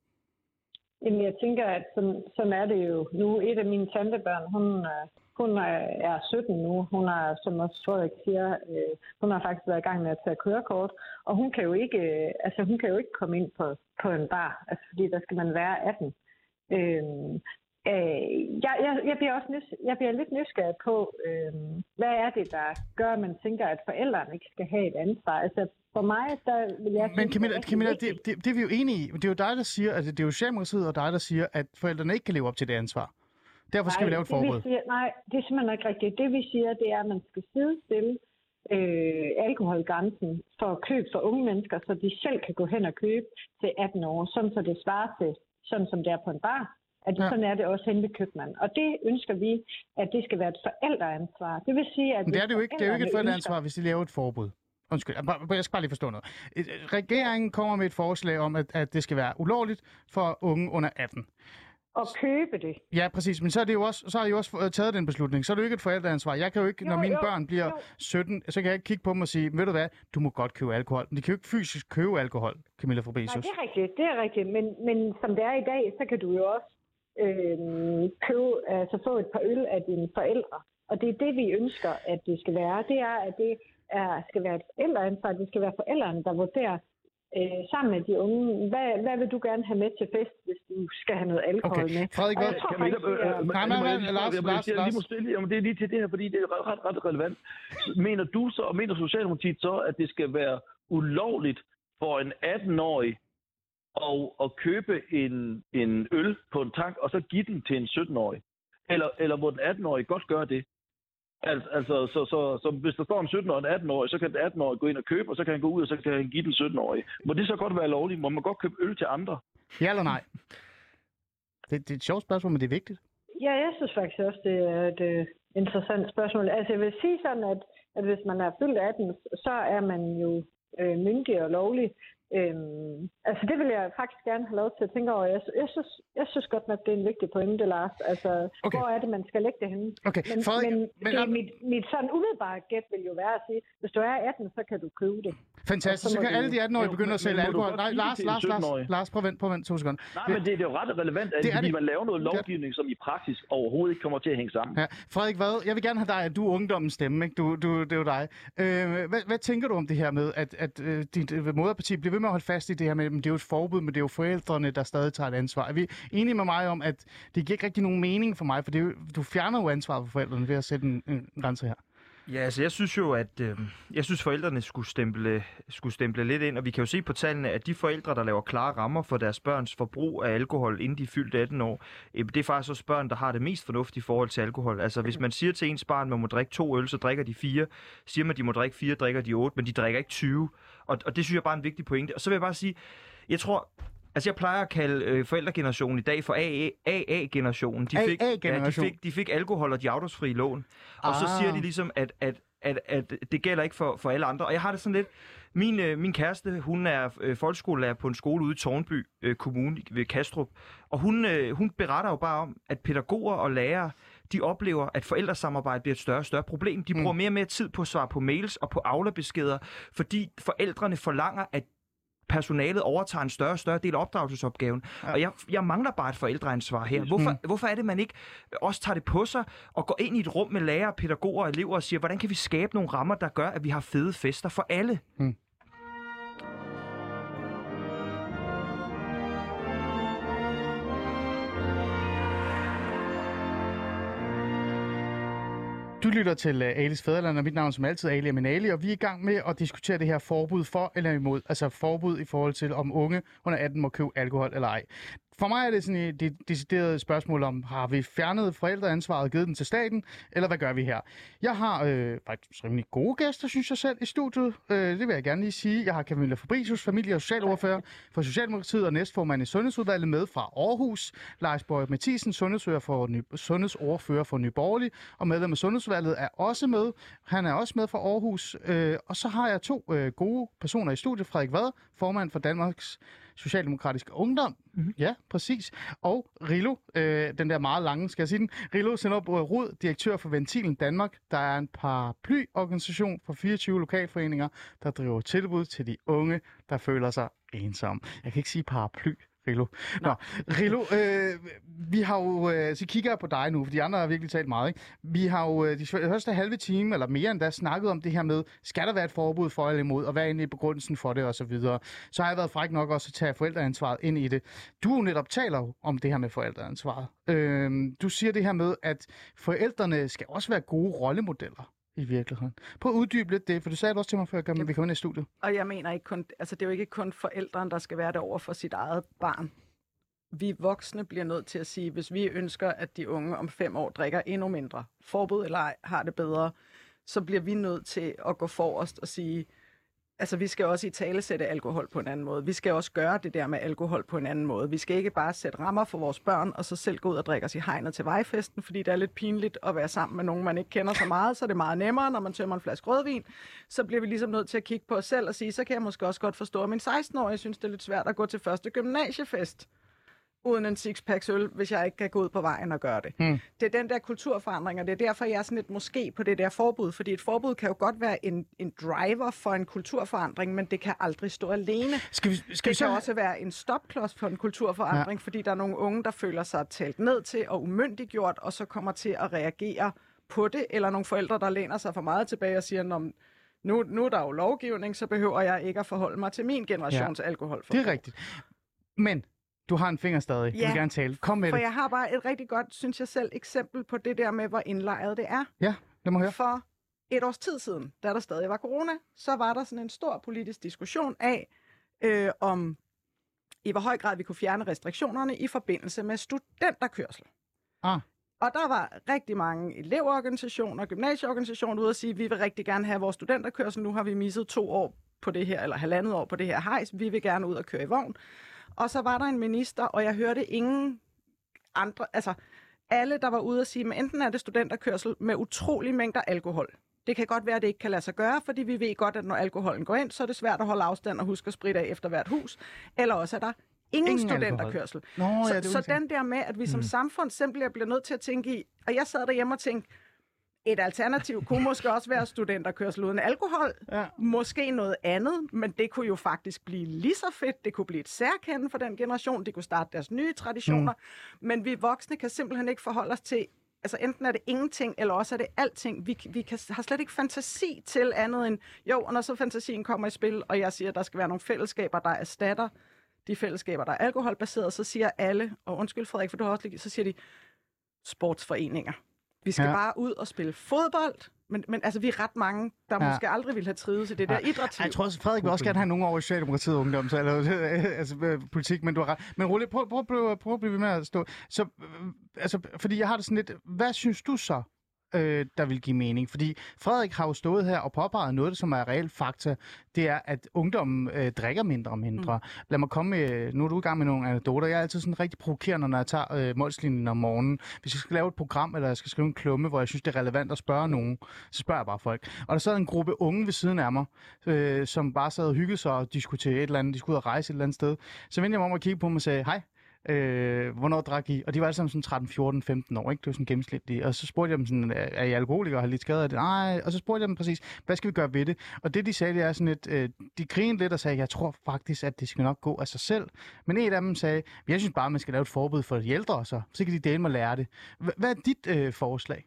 Jamen, jeg tænker, at sådan, sådan er det jo nu. Et af mine tantebørn, hun... Øh Hun er sytten nu. Hun har, som også Frederik siger, øh, hun har faktisk været i gang med at tage kørekort. Og hun kan jo ikke, øh, altså, hun kan jo ikke komme ind på, på en bar, altså, fordi der skal man være atten. Øh, øh, jeg, jeg, jeg, bliver også nys, jeg bliver lidt nysgerrig på, øh, hvad er det, der gør, at man tænker, at forældrene ikke skal have et ansvar. Altså, for mig, der vil jeg... Men Camilla, Camilla det, det, det er vi jo enige i. Det er jo dig, der siger, at det er jo Socialdemokratiet og dig, der siger, at forældrene ikke kan leve op til det ansvar. Derfor skal nej, vi lave et forbud. Siger, nej, det er simpelthen ikke rigtigt. Det vi siger, det er, at man skal sidestille øh, alkoholgrænsen for køb for unge mennesker, så de selv kan gå hen og købe til atten år, sådan så det svarer til, sådan som det er på en bar. At det, ja. Sådan er det også hen ved købmanden. Og det ønsker vi, at det skal være et forældreansvar. Det vil sige, at... Men det er det jo ikke, det er jo ikke et forældreansvar, ønsker... hvis de laver et forbud. Undskyld, jeg skal bare lige forstå noget. Regeringen kommer med et forslag om, at, at det skal være ulovligt for unge under atten. Og købe det. Ja, præcis. Men så, er det jo også, så har I jo også taget den beslutning. Så er det jo ikke et forældreansvar. Jeg kan jo ikke, jo, når mine jo, børn bliver jo. sytten, så kan jeg ikke kigge på dem og sige, ved du hvad, du må godt købe alkohol. Men de kan jo ikke fysisk købe alkohol, Camilla Fabricius. Nej, det er rigtigt. Det er rigtigt. Men, men som det er i dag, så kan du jo også øh, købe, altså få et par øl af dine forældre. Og det er det, vi ønsker, at det skal være. Det er, at det er, skal være et forældreansvar. Det skal være forældrene, der vurderer, Øh, sammen med de unge. Hvad, hvad vil du gerne have med til fest, hvis du skal have noget alkohol okay. med? Frederik, hvad? Nej, nej, nej, Lars, Lars, Lars. Det er lige til det her, fordi det er ret, ret relevant. Mener du så, og mener Socialdemokratiet så, at det skal være ulovligt for en atten-årig at, at købe en, en øl på en tank, og så give den til en sytten-årig? Eller, eller hvor den atten-årige godt gør det? Altså, altså så, så, så hvis der står en sytten- og en atten-årig, så kan den atten-årige gå ind og købe, og så kan han gå ud, og så kan han give den sytten-årige. Må det så godt være lovligt? Må man godt købe øl til andre? Ja eller nej? Det, det er et sjovt spørgsmål, men det er vigtigt. Ja, jeg synes faktisk også, det er et uh, interessant spørgsmål. Altså, jeg vil sige sådan, at, at hvis man er fyldt atten, så er man jo øh, myndig og lovlig. Øhm, altså, det vil jeg faktisk gerne have lov til at tænke over. Jeg, jeg, synes, jeg synes godt nok, det er en vigtig pointe, Lars. Altså, okay. Hvor er det, man skal lægge det henne? Okay. Men, Frederik, men, men det, mit, mit sådan umiddelbare gæt vil jo være at sige, hvis du er atten, så kan du købe det. Fantastisk. Så, så kan du... alle de atten-årige begynde at sælge alkohol. Nej, Lars, Lars, Lars, Lars, prøv at vente, prøv at vente to sekunder. Nej, men det, det er jo ret relevant, at det fordi det. Man laver noget lovgivning, som i praksis overhovedet ikke kommer til at hænge sammen. Ja. Frederik, hvad? Jeg vil gerne have dig, at du er ungdommens stemme, ikke? Du, du, det er jo dig. Øh, hvad, hvad tænker du om det her med, at, at uh, dit uh, moderparti bliver ved med at holde fast i det her med, det er jo et forbud, men det er jo forældrene, der stadig tager et ansvar. Er vi enige med mig om, at det giver ikke rigtig nogen mening for mig, for det er jo, du fjerner jo ansvaret for forældrene ved at sætte en, en grænse her? Ja, altså jeg synes jo, at øh, jeg synes forældrene skulle stemple, skulle stemple lidt ind, og vi kan jo se på tallene, at de forældre, der laver klare rammer for deres børns forbrug af alkohol, inden de er fyldt atten år, øh, det er faktisk også børn, der har det mest fornuftige i forhold til alkohol. Altså hvis man siger til ens barn, at man må drikke to øl, så drikker de fire. Siger man, at de må drikke fire, drikker de otte, men de drikker ikke tyve. Og, og det synes jeg bare er en vigtig pointe. Og så vil jeg bare sige, jeg tror... Altså, jeg plejer at kalde øh, forældregenerationen i dag for A A-generationen. De fik, ja, de, fik, de fik alkohol og de afdragsfrie lån. Og ah. så siger de ligesom, at, at, at, at det gælder ikke for, for alle andre. Og jeg har det sådan lidt... Min, øh, min kæreste, hun er øh, folkeskolelærer på en skole ude i Tårnby øh, Kommune ved Kastrup. Og hun, øh, hun beretter jo bare om, at pædagoger og lærere, de oplever, at forældresamarbejde bliver et større og større problem. De bruger mm. mere og mere tid på at svare på mails og på aulabeskeder, fordi forældrene forlanger, at personalet overtager en større og større del af opdragelsesopgaven. Ja. Og jeg, jeg mangler bare et forældreansvar her. Hvorfor, mm. hvorfor er det, man ikke også tager det på sig og går ind i et rum med lærere, pædagoger og elever og siger, hvordan kan vi skabe nogle rammer, der gør, at vi har fede fester for alle? Mm. Du lytter til uh, Alis Fædreland, og mit navn som altid er Ali Amin Ali, og vi er i gang med at diskutere det her forbud for eller imod. Altså forbud i forhold til, om unge under atten må købe alkohol eller ej. For mig er det sådan et de, decideret spørgsmål om, har vi fjernet forældreansvaret og givet den til staten, eller hvad gør vi her? Jeg har øh, faktisk rimelig gode gæster, synes jeg selv, i studiet. Øh, det vil jeg gerne lige sige. Jeg har Camilla Fabricius, familie- og socialordfører for Socialdemokratiet og næstformand i Sundhedsudvalget med fra Aarhus. Lars Boje Mathiesen, sundhedsordfører for, Ny- sundhedsordfører for Nye Borgerlige, og medlem af Sundhedsudvalget er også med. Han er også med fra Aarhus. Øh, og så har jeg to øh, gode personer i studiet. Frederik Vad, formand for Danmarks Socialdemokratiske Ungdom. Mm-hmm. Ja, præcis. Og Rilo, øh, den der meget lange, skal jeg sige den. Rilo Senderup Rud, direktør for Ventilen Danmark. Der er en paraplyorganisation for fireogtyve lokalforeninger, der driver tilbud til de unge, der føler sig ensomme. Jeg kan ikke sige paraply. Rilo. Nå, Rilo, øh, vi har jo, øh, så kigger jeg på dig nu, for de andre har virkelig talt meget, ikke? Vi har jo øh, de første halve time, eller mere end da, snakket om det her med, skal der være et forbud for eller imod, og hvad er egentlig begrundelsen for det, og så videre. Så har jeg været fræk nok også at tage forældreansvaret ind i det. Du netop taler om det her med forældreansvaret. Øh, du siger det her med, at forældrene skal også være gode rollemodeller i virkeligheden. Prøv at uddybe lidt det, for du sagde det også til mig før, at vi kom ind i studiet. Og jeg mener ikke kun, altså det er jo ikke kun forældrene, der skal være der over for sit eget barn. Vi voksne bliver nødt til at sige, hvis vi ønsker, at de unge om fem år drikker endnu mindre, forbud eller ej, har det bedre, så bliver vi nødt til at gå forrest og sige, altså vi skal også i tale sætte alkohol på en anden måde. Vi skal også gøre det der med alkohol på en anden måde. Vi skal ikke bare sætte rammer for vores børn, og så selv gå ud og drikke os i hegnet til vejfesten, fordi det er lidt pinligt at være sammen med nogen, man ikke kender så meget, så er det meget nemmere, når man tømmer en flaske rødvin. Så bliver vi ligesom nødt til at kigge på os selv og sige, så kan jeg måske også godt forstå, at min seksten-årige synes, det er lidt svært at gå til første gymnasiefest uden en sixpacks øl, hvis jeg ikke kan gå ud på vejen og gøre det. Hmm. Det er den der kulturforandring, og det er derfor, jeg er sådan et måske på det der forbud, fordi et forbud kan jo godt være en, en driver for en kulturforandring, men det kan aldrig stå alene. Skal vi, skal det vi så... kan også være en stopklods for en kulturforandring, ja. Fordi der er nogle unge, der føler sig talt ned til og umyndiggjort, og så kommer til at reagere på det, eller nogle forældre, der læner sig for meget tilbage og siger, nu, nu er der jo lovgivning, så behøver jeg ikke at forholde mig til min generations ja. alkoholforbrug. Det er rigtigt. Men du har en finger stadig. Ja, du vil gerne tale. Kom med for det. Jeg har bare et rigtig godt, synes jeg selv, eksempel på det der med, hvor indlejret det er. Ja, det må jeg høre. For et års tid siden, da der stadig var corona, så var der sådan en stor politisk diskussion af, øh, om i hvor høj grad vi kunne fjerne restriktionerne i forbindelse med studenterkørsel. Ah. Og der var rigtig mange elevorganisationer, gymnasieorganisationer ude at sige, at vi vil rigtig gerne have vores studenterkørsel. Nu har vi misset to år på det her, eller halvandet år på det her hejs. Vi vil gerne ud og køre i vogn. Og så var der en minister, og jeg hørte ingen andre, altså alle, der var ude at sige, at enten er det studenterkørsel med utrolig mængder alkohol. Det kan godt være, at det ikke kan lade sig gøre, fordi vi ved godt, at når alkoholen går ind, så er det svært at holde afstand og huske at spritte af efter hvert hus. Eller også er der ingen, ingen studenterkørsel. Nå, ja, så, så den der med, at vi som mm. samfund simpelthen bliver nødt til at tænke i, og jeg sad derhjemme og tænkte, et alternativ kunne måske også være studenterkørsel uden alkohol. Ja. Måske noget andet, men det kunne jo faktisk blive lige så fedt. Det kunne blive et særkende for den generation. Det kunne starte deres nye traditioner. Mm. Men vi voksne kan simpelthen ikke forholde os til, altså enten er det ingenting, eller også er det alting. Vi, vi kan, har slet ikke fantasi til andet end, jo, og når så fantasien kommer i spil, og jeg siger, at der skal være nogle fællesskaber, der erstatter de fællesskaber, der er alkoholbaseret, så siger alle, og undskyld Frederik, for du har også lige, så siger de sportsforeninger. Vi skal ja. bare ud og spille fodbold, Men, men altså, vi er ret mange, der ja. måske aldrig ville have trivet i det ja. der idrætsliv. Jeg tror også, Frederik vil også gerne have nogle år i Socialdemokratiet ungdom, så, eller altså, politik, men du har ret. Men Rulle, prøv, prøv, prøv, prøv at blive ved med at stå. Så, altså, fordi jeg har det sådan lidt, hvad synes du så, øh, der vil give mening? Fordi Frederik har jo stået her og påpeget noget, som er reelt fakta. Det er, at ungdommen øh, drikker mindre og mindre. Mm. Lad mig komme med, nu er du i gang med nogle anekdoter. Jeg er altid sådan rigtig provokerende, når jeg tager øh, målslinjen om morgenen. Hvis jeg skal lave et program, eller jeg skal skrive en klumme, hvor jeg synes, det er relevant at spørge nogen, så spørger jeg bare folk. Og der sad en gruppe unge ved siden af mig, øh, som bare sad og hyggede sig og diskuterede et eller andet. De skulle ud og rejse et eller andet sted. Så vendte jeg mig om og kiggede på dem og sagde, hej. Øh, hvornår drak I? Og de var alle sammen sådan tretten, fjorten, femten år, ikke? Det var sådan gennemsnitligt. Og så spurgte jeg dem sådan, er I alkoholikere og har lidt skade af det? Nej. Og så spurgte jeg dem præcis, hvad skal vi gøre ved det? Og det de sagde, det er sådan lidt, øh, de grinede lidt og sagde, jeg tror faktisk, at det skal nok gå af sig selv. Men en af dem sagde, jeg synes bare, man skal lave et forbud for de ældre, så, så kan de dele med at lære det. H- hvad er dit øh, forslag?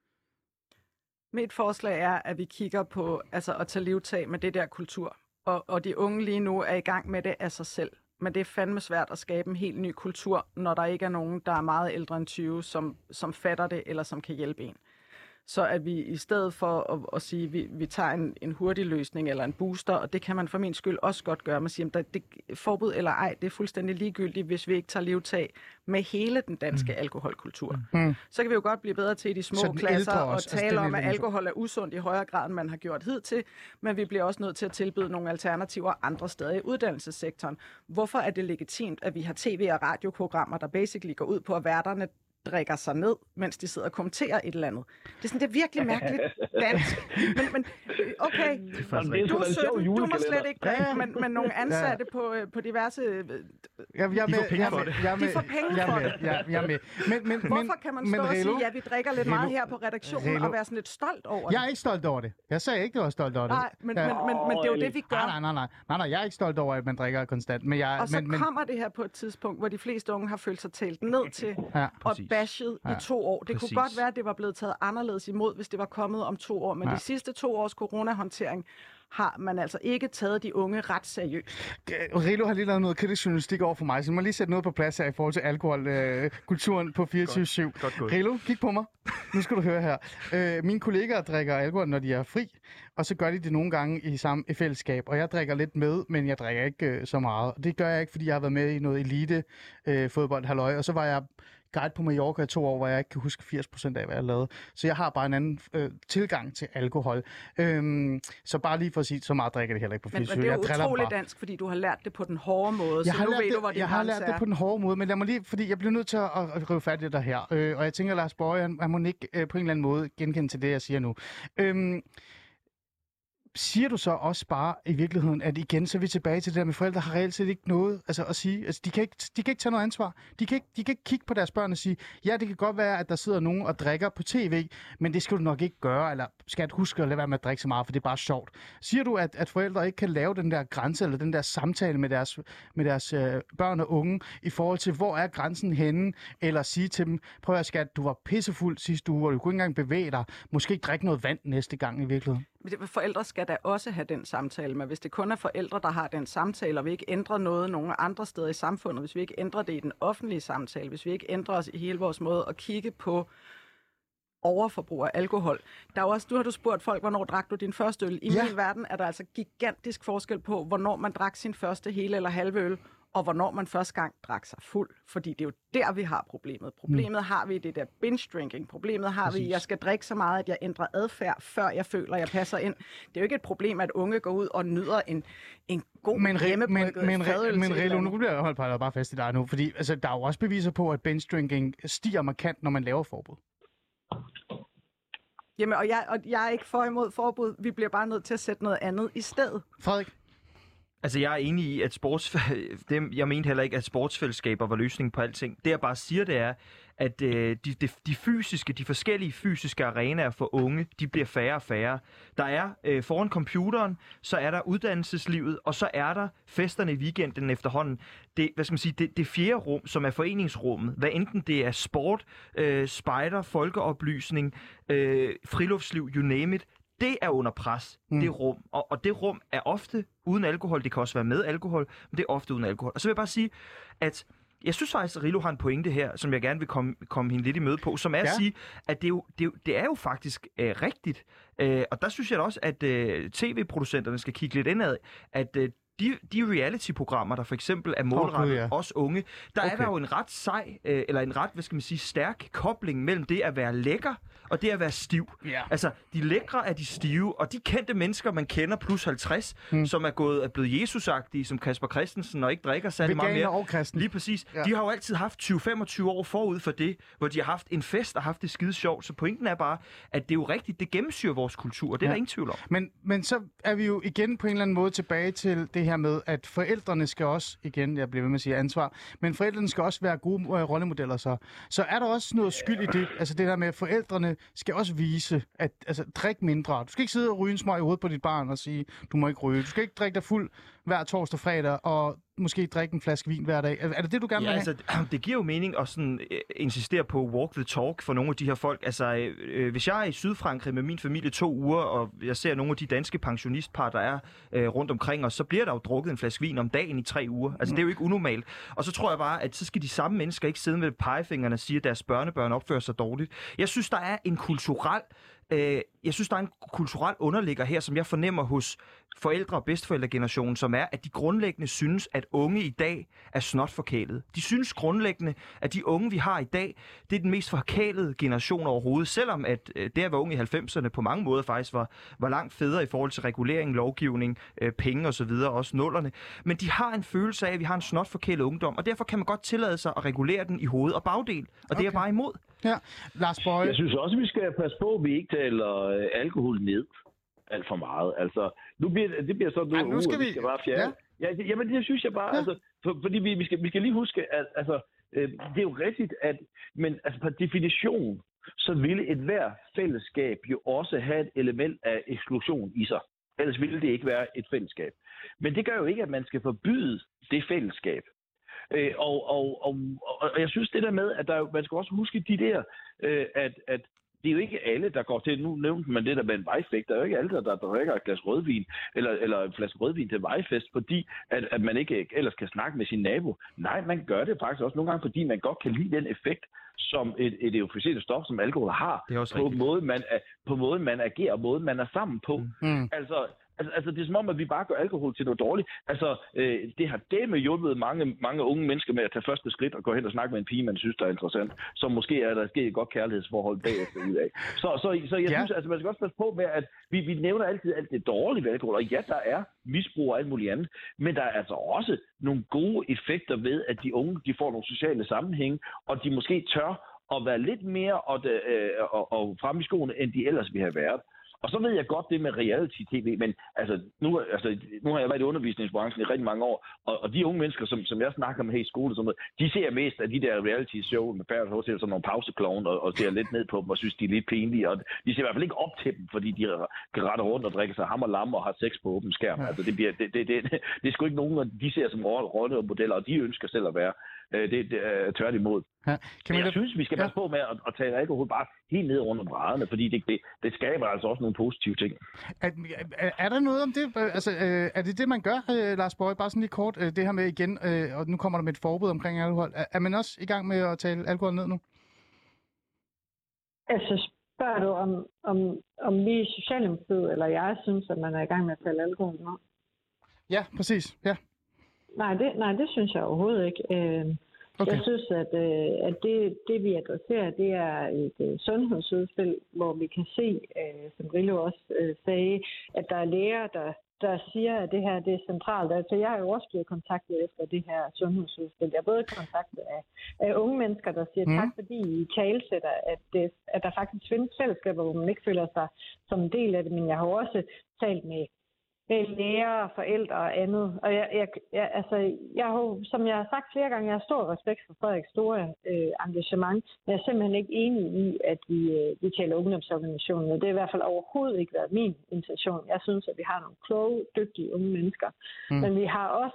Mit forslag er, at vi kigger på altså, at tage livtag med det der kultur. Og, og de unge lige nu er i gang med det af sig selv. Men det er fandme svært at skabe en helt ny kultur, når der ikke er nogen, der er meget ældre end tyve, som, som fatter det, eller som kan hjælpe en. Så at vi i stedet for at, at sige, at vi, vi tager en, en hurtig løsning eller en booster, og det kan man for min skyld også godt gøre. Man siger, at det, forbud eller ej, det er fuldstændig ligegyldigt, hvis vi ikke tager livtag med hele den danske mm. alkoholkultur. Mm. Så kan vi jo godt blive bedre til i de små klasser og også, tale altså, om, at alkohol er usundt i højere grad, end man har gjort hidtil, men vi bliver også nødt til at tilbyde nogle alternativer andre steder i uddannelsessektoren. Hvorfor er det legitimt, at vi har tv- og radioprogrammer, der basically går ud på, at værterne drikker sig ned, mens de sidder og kommenterer et eller andet. Det er sådan, det er virkelig mærkeligt dansk. Men, men okay, du er sytten, du må slet ikke drikke, men, men nogle ansatte på, på diverse... Jeg, jeg de får penge for det. De får penge for det. Jeg, jeg er med. Men, men, Hvorfor kan man stå men, og sige, Relo, ja, vi drikker lidt Relo, meget her på redaktionen, Relo, og være sådan lidt stolt over det? Jeg er ikke stolt over det. Jeg sagde ikke, du var stolt over det. Nej, men, ja. men, men, men det er jo det, vi gør. Nej, nej, nej, nej, nej, jeg er ikke stolt over, at man drikker konstant. Men jeg, og så men, kommer det her på et tidspunkt, hvor de fleste unge har følt sig talt ned til ja, og bashed ja. i to år. Det Præcis. kunne godt være, at det var blevet taget anderledes imod, hvis det var kommet om to år. Men ja. de sidste to års coronahåndtering har man altså ikke taget de unge ret seriøst. Relo har lige lavet noget kritisk journalistik over for mig, så jeg må lige sætte noget på plads her i forhold til alkoholkulturen øh, på fireogtyve syv. Relo, kig på mig. Nu skal du høre her. Øh, mine kollegaer drikker alkohol, når de er fri, og så gør de det nogle gange i samme i fællesskab. Og jeg drikker lidt med, men jeg drikker ikke øh, så meget. Det gør jeg ikke, fordi jeg har været med i noget elite øh, fodbold, halløj, og så var jeg guide på Mallorca i to år, hvor jeg ikke kan huske firs procent af, hvad jeg lavede. Så jeg har bare en anden øh, tilgang til alkohol. Øhm, så bare lige for at sige, så meget drikker det heller ikke på fireogtyve. Men, men det er jo utroligt dansk, fordi du har lært det på den hårde måde, jeg så nu ved det, du, hvor din Jeg har lært er. det på den hårde måde, men lad mig lige, fordi jeg bliver nødt til at, at rive fat i det her. Øh, og jeg tænker, Lars Borg, han, han må ikke øh, på en eller anden måde genkende til det, jeg siger nu. Øhm, Siger du så også bare i virkeligheden, at igen, så er vi tilbage til det der med forældre har reelt set ikke noget altså, at sige. Altså, de, kan ikke, de kan ikke tage noget ansvar. De kan, ikke, de kan ikke kigge på deres børn og sige, ja, det kan godt være, at der sidder nogen og drikker på tv, men det skal du nok ikke gøre, eller skal du huske at lade være med at drikke så meget, for det er bare sjovt. Siger du, at, at forældre ikke kan lave den der grænse, eller den der samtale med deres, med deres øh, børn og unge, i forhold til, hvor er grænsen henne, eller sige til dem, prøv at skat, du var pissefuld sidste uge, og du kunne ikke engang bevæge dig, måske drikke noget vand næste gang i virkeligheden. Forældre skal da også have den samtale, men hvis det kun er forældre, der har den samtale, og vi ikke ændrer noget nogen andre steder i samfundet, hvis vi ikke ændrer det i den offentlige samtale, hvis vi ikke ændrer os i hele vores måde at kigge på overforbrug af alkohol. Der er også, du har du spurgt folk, hvornår drak du din første øl? I ja. min verden er der altså gigantisk forskel på, hvornår man drak sin første hele eller halve øl, og hvornår man første gang drak sig fuld. Fordi det er jo der, vi har problemet. Problemet mm. har vi i det der binge-drinking. Problemet har Præcis. vi, at jeg skal drikke så meget, at jeg ændrer adfærd, før jeg føler, at jeg passer ind. Det er jo ikke et problem, at unge går ud og nyder en, en god men, hjemmebrygget men, fadøl. Men Relo, nu bliver jeg holdt bare fast i dig nu, fordi altså, der er jo også beviser på, at binge-drinking stiger markant, når man laver forbud. Jamen, og jeg, og jeg er ikke for imod forbud. Vi bliver bare nødt til at sætte noget andet i stedet. Frederik? Altså, jeg er enig i, at sports... det, jeg mente heller ikke, at sportsfællesskaber var løsningen på alting. Det, jeg bare siger, det er, at øh, de, de, de fysiske, de forskellige fysiske arenaer for unge, de bliver færre og færre. Der er øh, foran computeren, så er der uddannelseslivet, og så er der festerne i weekenden efterhånden. Det, hvad skal man sige, det, det fjerde rum, som er foreningsrummet, hvad enten det er sport, øh, spejder, folkeoplysning, øh, friluftsliv, you name it, det er under pres, mm. det rum. Og, og det rum er ofte uden alkohol. Det kan også være med alkohol, men det er ofte uden alkohol. Og så vil jeg bare sige, at jeg synes faktisk, at Rilo har en pointe her, som jeg gerne vil komme, komme hende lidt i møde på, som er ja. at sige, at det er jo, det er jo, det er jo faktisk øh, rigtigt. Øh, og der synes jeg da også, at øh, tv-producenterne skal kigge lidt indad, at øh, De, de reality-programmer, der for eksempel er målrettet okay, ja. os unge, der okay. er der jo en ret sej, øh, eller en ret, hvad skal man sige, stærk kobling mellem det at være lækker og det at være stiv. Yeah. Altså, de lækre er de stive, og de kendte mennesker, man kender, plus halvtreds, hmm. som er gået er blevet Jesusagtige, som Kasper Christensen, og ikke drikker særlig meget mere. Og kristen. Lige præcis. Ja. De har jo altid haft tyve til femogtyve år forud for det, hvor de har haft en fest og haft det skide sjovt. Så pointen er bare, at det er jo rigtigt, det gennemsyrer vores kultur, og det er ja. der ingen tvivl om. Men, men så er vi jo igen på en eller anden måde tilbage til det her med, at forældrene skal også, igen, jeg bliver ved med at sige ansvar, men forældrene skal også være gode øh, rollemodeller så. Så er der også noget skyld i det, altså det der med, at forældrene skal også vise, at altså, drik mindre. Du skal ikke sidde og ryge en smøg i hovedet på dit barn og sige, du må ikke ryge. Du skal ikke drikke dig fuld hver torsdag og fredag, og måske drikke en flaske vin hver dag. Er det det, du gerne vil ja, have? Altså, det giver jo mening at sådan, øh, insistere på walk the talk for nogle af de her folk. Altså, øh, hvis jeg er i Sydfrankrig med min familie to uger, og jeg ser nogle af de danske pensionistpar, der er øh, rundt omkring os, så bliver der jo drukket en flaske vin om dagen i tre uger. Altså, mm. det er jo ikke unormalt. Og så tror jeg bare, at så skal de samme mennesker ikke sidde med pegefingrene og sige, at deres børnebørn opfører sig dårligt. Jeg synes, der er en kulturel Øh, jeg synes, der er en kulturel underligger her, som jeg fornemmer hos forældre- og bedsteforældregenerationen, som er, at de grundlæggende synes, at unge i dag er snotforkælede. De synes grundlæggende, at de unge, vi har i dag, det er den mest forkælede generation overhovedet, selvom at øh, det at være unge i halvfemserne på mange måder faktisk var, var langt federe i forhold til regulering, lovgivning, øh, penge osv., også nullerne. Men de har en følelse af, at vi har en snotforkælet ungdom, og derfor kan man godt tillade sig at regulere den i hoved og bagdel, og okay. det er jeg bare imod. Ja. Lars Boje. Jeg synes også, vi skal passe på, at vi ikke taler øh, alkohol ned alt for meget. Altså, nu bliver, det bliver sådan noget, Ej, nu skal vi... vi skal bare fjerne. Ja. Ja, det, jamen, det synes jeg bare, ja. altså, for, fordi vi, vi, skal, vi skal lige huske, at altså, øh, det er jo rigtigt, at men altså, per definition, så ville et hver fællesskab jo også have et element af eksklusion i sig. Ellers ville det ikke være et fællesskab. Men det gør jo ikke, at man skal forbyde det fællesskab. Øh, og, og, og, og jeg synes det der med, at der, man skal også huske de der, øh, at, at det er jo ikke alle, der går til, nu nævnte man det der med en vejfest, der er jo ikke alle, der, der drikker et glas rødvin, eller, eller en flaske rødvin til vejfest, fordi at, at man ikke ellers kan snakke med sin nabo. Nej, man gør det faktisk også nogle gange, fordi man godt kan lide den effekt, som et, et euforiserende stof, som alkohol har, på måden, man, på måden man agerer, og måden man er sammen på. Mm. Altså, Altså, altså, det er som om, at vi bare gør alkohol til noget dårligt. Altså, øh, det har dæmme hjulpet mange, mange unge mennesker med at tage første skridt og gå hen og snakke med en pige, man synes, der er interessant. Så måske er der sket et godt kærlighedsforhold bagefter ud af. Så, så, så jeg ja. synes, altså, man skal også passe på med, at vi, vi nævner altid alt det dårlige ved alkohol. Og ja, der er misbrug og alt muligt andet. Men der er altså også nogle gode effekter ved, at de unge de får nogle sociale sammenhænge, og de måske tør at være lidt mere og, øh, og, og frem i skoene, end de ellers ville have været. Og så ved jeg godt det med reality-tv, men altså nu, altså, nu har jeg været i undervisningsbranchen i rigtig mange år, og, og de unge mennesker, som, som jeg snakker med her i skole, sådan noget, de ser mest af de der reality-show med Paradise Hotel som nogle pauseklovn, og, og ser lidt ned på dem og synes, de er lidt pinlige. Og de ser i hvert fald ikke op til dem, fordi de kan rette rundt og drikke sig ham og lam og har sex på åben skærm. Altså, det, bliver, det, det, det, det, det er sgu ikke nogen, de ser som rollemodeller, og de ønsker selv at være. Det, det er tværtimod. Ja. Men jeg da... synes, vi skal passe ja. på med at, at tage alkohol bare helt ned under brædderne, fordi det, det, det skaber altså også nogle positive ting. Er, er, er der noget om det? Altså, øh, er det det, man gør, øh, Lars Boje? Bare sådan lige kort, øh, det her med igen, øh, og nu kommer der med et forbud omkring alkohol. Er, er man også i gang med at tale alkohol ned nu? Altså, spørger du om, om, om vi i Socialdemokratiet, eller jeg synes, at man er i gang med at tale alkohol ned? Ja, præcis. Ja. Nej, det, nej, det synes jeg overhovedet ikke. Øh, okay. Jeg synes, at, øh, at det, det, vi adresserer, det er et øh, sundhedsudspil, hvor vi kan se, øh, som Rilo også øh, sagde, at der er læger, der, der siger, at det her det er centralt. Altså, jeg har jo også blevet kontaktet efter det her sundhedsudspil. Jeg er både kontaktet af, af unge mennesker, der siger mm. tak, fordi I talesætter, at, det, at der faktisk findes fællesskaber, hvor man ikke føler sig som en del af det. Men jeg har også talt med læger, forældre og andet. Og jeg, jeg, jeg, altså, jeg har, som jeg har sagt flere gange, jeg har stor respekt for Frederiks store øh, engagement, men jeg er simpelthen ikke enig i, at vi, øh, vi taler ungdomsorganisationer. Det har i hvert fald overhovedet ikke været min intention. Jeg synes, at vi har nogle kloge, dygtige unge mennesker. Mm. Men vi har også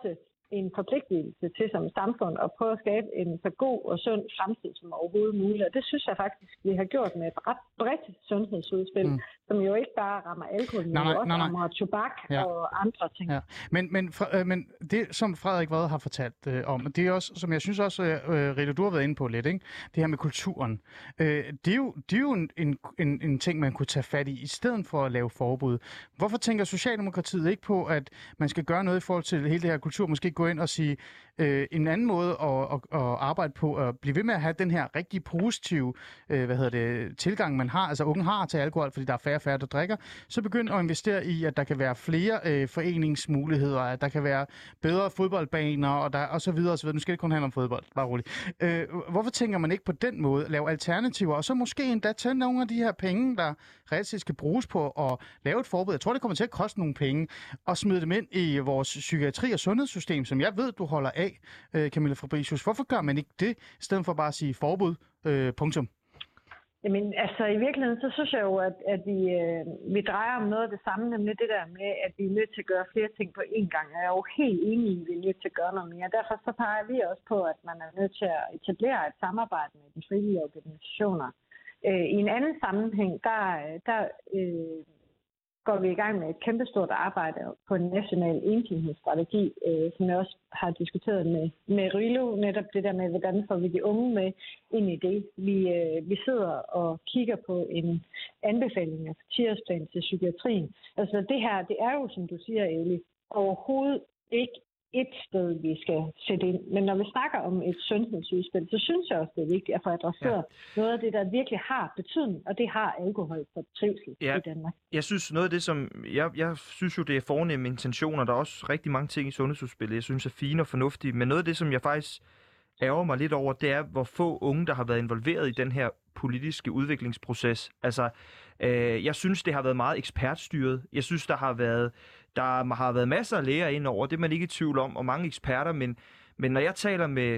en forpligtelse til som samfund at prøve at skabe en så god og sund fremtid som overhovedet muligt. Og det synes jeg faktisk, vi har gjort med et ret bredt sundhedsudspil, mm. som jo ikke bare rammer alkohol, men også nej, nej. rammer tobak ja. og andre ting. Ja. Men, men, øh, men det, som Frederik Vad har fortalt øh, om, det er også, som jeg synes også, øh, Rita, du har været inde på lidt, ikke? Det her med kulturen. Øh, det er jo, det er jo en, en, en, en ting, man kunne tage fat i, i stedet for at lave forbud. Hvorfor tænker Socialdemokratiet ikke på, at man skal gøre noget i forhold til hele det her kultur, måske gå ind og sige øh, en anden måde at, at, at arbejde på, at blive ved med at have den her rigtig positive øh, hvad hedder det, tilgang, man har, altså unge har til alkohol, fordi der er færre og færre, der drikker, så begynd at investere i, at der kan være flere øh, foreningsmuligheder, at der kan være bedre fodboldbaner, og, der, og så videre, og så videre. Nu skal det kun handle om fodbold, bare roligt. Øh, hvorfor tænker man ikke på den måde, lave alternativer, og så måske endda tage nogle af de her penge, der reelt set skal bruges på at lave et forbud. Jeg tror, det kommer til at koste nogle penge, og smide dem ind i vores psykiatri- og sundhedssystem, som jeg ved, du holder af, øh, Camilla Fabricius. Hvorfor gør man ikke det, i stedet for bare at sige forbud, øh, punktum? Jamen, altså i virkeligheden, så synes jeg jo, at, at vi, øh, vi drejer om noget af det samme, nemlig det der med, at vi er nødt til at gøre flere ting på én gang. Jeg er jo helt enig i, at vi er nødt til at gøre noget mere. Derfor så peger vi også på, at man er nødt til at etablere et samarbejde med de frivillige organisationer. Øh, I en anden sammenhæng, der, der øh, går vi i gang med et kæmpestort arbejde på en national ensomhedsstrategi, øh, som jeg også har diskuteret med, med Rilo, netop det der med, hvordan får vi de unge med ind i det. Vi, øh, vi sidder og kigger på en anbefaling af ti-årsplan til psykiatrien. Altså det her, det er jo, som du siger, Eli, overhovedet ikke et sted, vi skal sætte ind. Men når vi snakker om et sundhedsudspil, så synes jeg også, det er vigtigt at få adresseret ja. noget af det, der virkelig har betydning, og det har alkohol for trivsel ja. i Danmark. Jeg synes noget af det, som... Jeg, jeg synes jo, det er fornemme intentioner. Der er også rigtig mange ting i sundhedsudspillet, jeg synes er fine og fornuftige. Men noget af det, som jeg faktisk ærger mig lidt over, det er, hvor få unge, der har været involveret i den her politiske udviklingsproces. Altså, øh, jeg synes, det har været meget ekspertstyret. Jeg synes, der har været... Der har været masser af læger ind over, det er man ikke i tvivl om, og mange eksperter, men, men når jeg taler med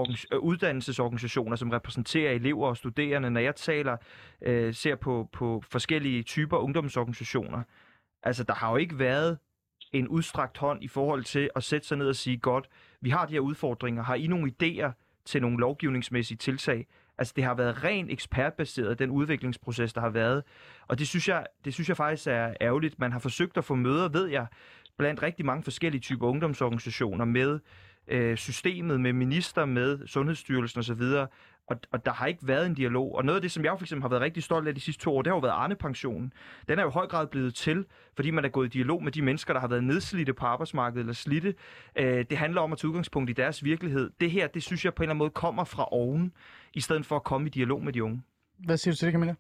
uddannelsesorganisationer, som repræsenterer elever og studerende, når jeg taler, øh, ser på, på forskellige typer ungdomsorganisationer, altså der har jo ikke været en udstrakt hånd i forhold til at sætte sig ned og sige, godt, vi har de her udfordringer, har I nogle idéer til nogle lovgivningsmæssige tiltag? Altså, det har været rent ekspertbaseret, den udviklingsproces, der har været. Og det synes jeg, det synes jeg faktisk er ærgerligt. Man har forsøgt at få møder, ved jeg, blandt rigtig mange forskellige typer ungdomsorganisationer med øh, systemet, med minister, med Sundhedsstyrelsen osv., og, og der har ikke været en dialog. Og noget af det, som jeg for eksempel har været rigtig stolt af de sidste to år, det har jo været Arne-pensionen. Den er jo i høj grad blevet til, fordi man er gået i dialog med de mennesker, der har været nedslidte på arbejdsmarkedet eller slidte. Øh, det handler om at tage udgangspunkt i deres virkelighed. Det her, det synes jeg på en eller anden måde kommer fra oven, i stedet for at komme i dialog med de unge. Hvad siger du til det, Camilla?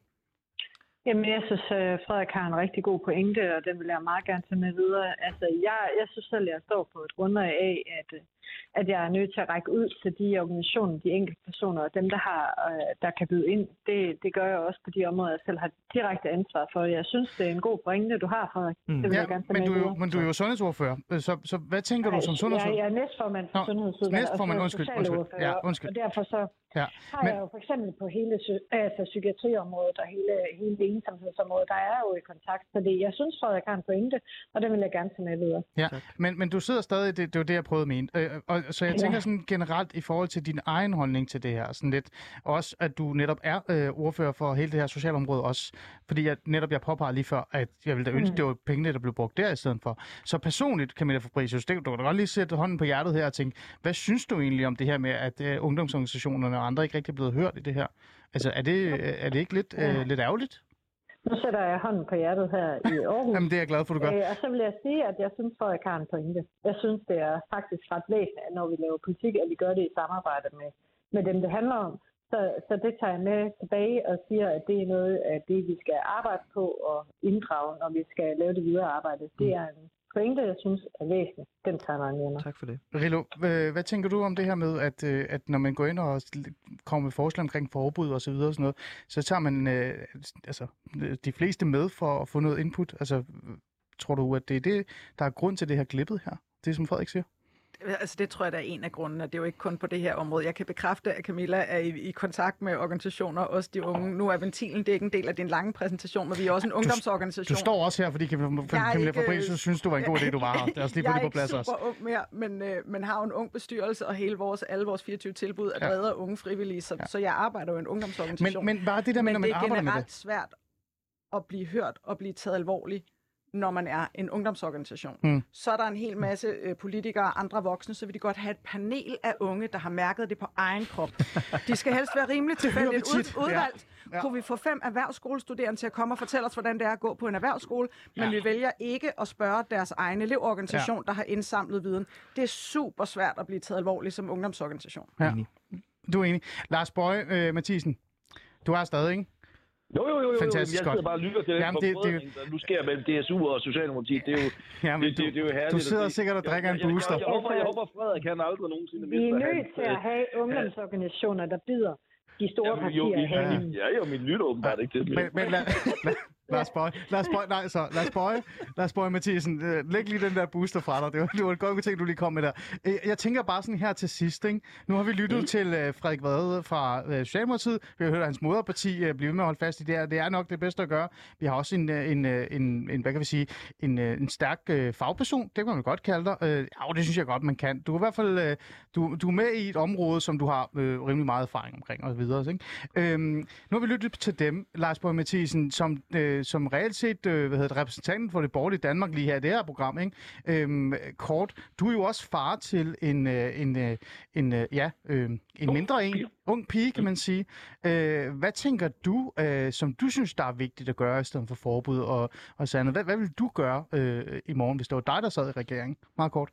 Jamen, jeg synes, at Frederik har en rigtig god pointe, og den vil jeg meget gerne tage med videre. Altså, jeg, jeg synes selv, at jeg står på et grundlag af, at, at jeg er nødt til at række ud til de organisationer, de enkelte personer, og dem, der, har, der kan byde ind. Det, det gør jeg også på de områder, jeg selv har direkte ansvar for. Jeg synes, det er en god pointe, du har, Frederik. Mm. Det vil ja, jeg gerne tage men med du, videre. Men du er jo sundhedsordfører, så, så hvad tænker Nej, du som sundhedsordfører? Jeg, jeg er næstformand for Sundhedsudvalget, næstformand, og undskyld, undskyld. Ja, undskyld. Og derfor så ja. har men... jeg jo for eksempel på hele altså, psykiatriområdet og hele, hele ensomhedsområdet, der er jo i kontakt. Så det, jeg synes, Frederik har en pointe, og det vil jeg gerne tage med videre. Ja, men, men du sidder stadig, det, det var det, jeg prøvede at mene. Øh, og, så jeg tænker sådan generelt i forhold til din egen holdning til det her, sådan lidt, også at du netop er øh, ordfører for hele det her socialområde også, fordi jeg, netop jeg påpeger lige før, at jeg ville da ønske, mm. det var pengene, der blev brugt der i stedet for. Så personligt, Camilla Fabricius, det, du kan godt lige sætte hånden på hjertet her og tænke, hvad synes du egentlig om det her med, at øh, ungdomsorganisationerne og andre ikke rigtig er blevet hørt i det her? Altså, er det, er det ikke lidt, øh, lidt ærgerligt? Nu sætter jeg hånden på hjertet her i Aarhus. Jamen, det er jeg glad for, du gør. Øh, og så vil jeg sige, at jeg synes, at jeg har en pointe. Jeg synes, det er faktisk ret væsentligt, når vi laver politik, at vi gør det i samarbejde med, med dem, det handler om. Så, så det tager jeg med tilbage og siger, at det er noget af det, vi skal arbejde på og inddrage, når vi skal lave det videre arbejde. Det er en pointe, jeg synes er væsentligt. Den tager jeg med mig. Tak for det. Rilo, hvad, hvad tænker du om det her med, at, at når man går ind og kommer med forslag omkring forbud og så videre og sådan noget, så tager man øh, altså, de fleste med for at få noget input? Altså, tror du, at det er det, der er grund til det her glippet her? Det som Frederik siger? Altså det tror jeg, der er en af grundene. Det er jo ikke kun på det her område. Jeg kan bekræfte, at Camilla er i, i kontakt med organisationer, også de unge. Nu er Ventilen, det er ikke en del af din lange præsentation, men vi er også en ungdomsorganisation. Du står også her, fordi Camilla Fabricius synes, du var en god idé, du var her. Det er også lige på det på plads også. Jeg er ikke super ung mere, men, øh, men har en ung bestyrelse, og hele vores, alle vores fireogtyve tilbud er drevet af unge frivillige, så, ja. så jeg arbejder jo i en ungdomsorganisation. Men, men bare det der med, men når man det er arbejder med det. generelt svært at blive hørt og blive taget alvorligt, når man er en ungdomsorganisation. Mm. Så er der en hel masse øh, politikere og andre voksne, så vil de godt have et panel af unge, der har mærket det på egen krop. De skal helst være rimelig tilfældigt ud, udvalgt. Ja. Ja. Kunne vi få fem erhvervsskolestuderende til at komme og fortælle os, hvordan det er at gå på en erhvervsskole, men ja. vi vælger ikke at spørge deres egen elevorganisation, ja. der har indsamlet viden. Det er super svært at blive taget alvorligt som ungdomsorganisation. Ja. Du er enig. Lars Boje øh, Mathiesen, du er stadig, ikke? Jo, jo, jo, jo. Fantastisk jeg sidder godt. bare og lytter til den forbrødning, der nu sker mellem D S U og Socialdemokratiet. Det er jo, Jamen, det, det, det, det er jo herligt. Du sidder sikkert og drikker en booster. Jeg, jeg, jeg, jeg, håber, jeg håber, Frederik kan aldrig nogensinde mister. Vi er nødt til at have ungdomsorganisationer, der byder de store Jamen, partier. Jo, vi, ja, jo, min lytter åbenbart ikke til det. Men, men lad, lad, Lars Boje, Lars Boje, nej, så Lars Boje, Lars Boje Mathiesen, øh, læg lige den der booster fra dig. Det var, det var et godt ting, du lige kom med der. Øh, jeg tænker bare sådan her til sidst, ikke? Nu har vi lyttet mm. til øh, Frederik Vad fra øh, Socialdemokratiet. Vi har hørt hans moderparti øh, blive ved med at holde fast i det her. Det er nok det bedste at gøre. Vi har også en, en, en, en hvad kan vi sige, en, en stærk øh, fagperson. Det kan man godt kalde dig. Øh, ja, det synes jeg godt, man kan. Du er i hvert fald øh, du, du er med i et område, som du har øh, rimelig meget erfaring omkring og så videre. Ikke? Øh, nu har vi lyttet til dem, Lars Boje Mathiesen, som øh, som reelt set øh, hvad hedder det, repræsentanten for det borgerlige Danmark lige her i det her program, ikke? Øhm, kort, du er jo også far til en, øh, en, øh, en, øh, ja, øh, en mindre en, ung pige, kan man sige. Øh, hvad tænker du, øh, som du synes, der er vigtigt at gøre i stedet for forbud og, og sådan noget? Hvad, hvad vil du gøre øh, i morgen, hvis det var dig, der sad i regeringen? Meget kort.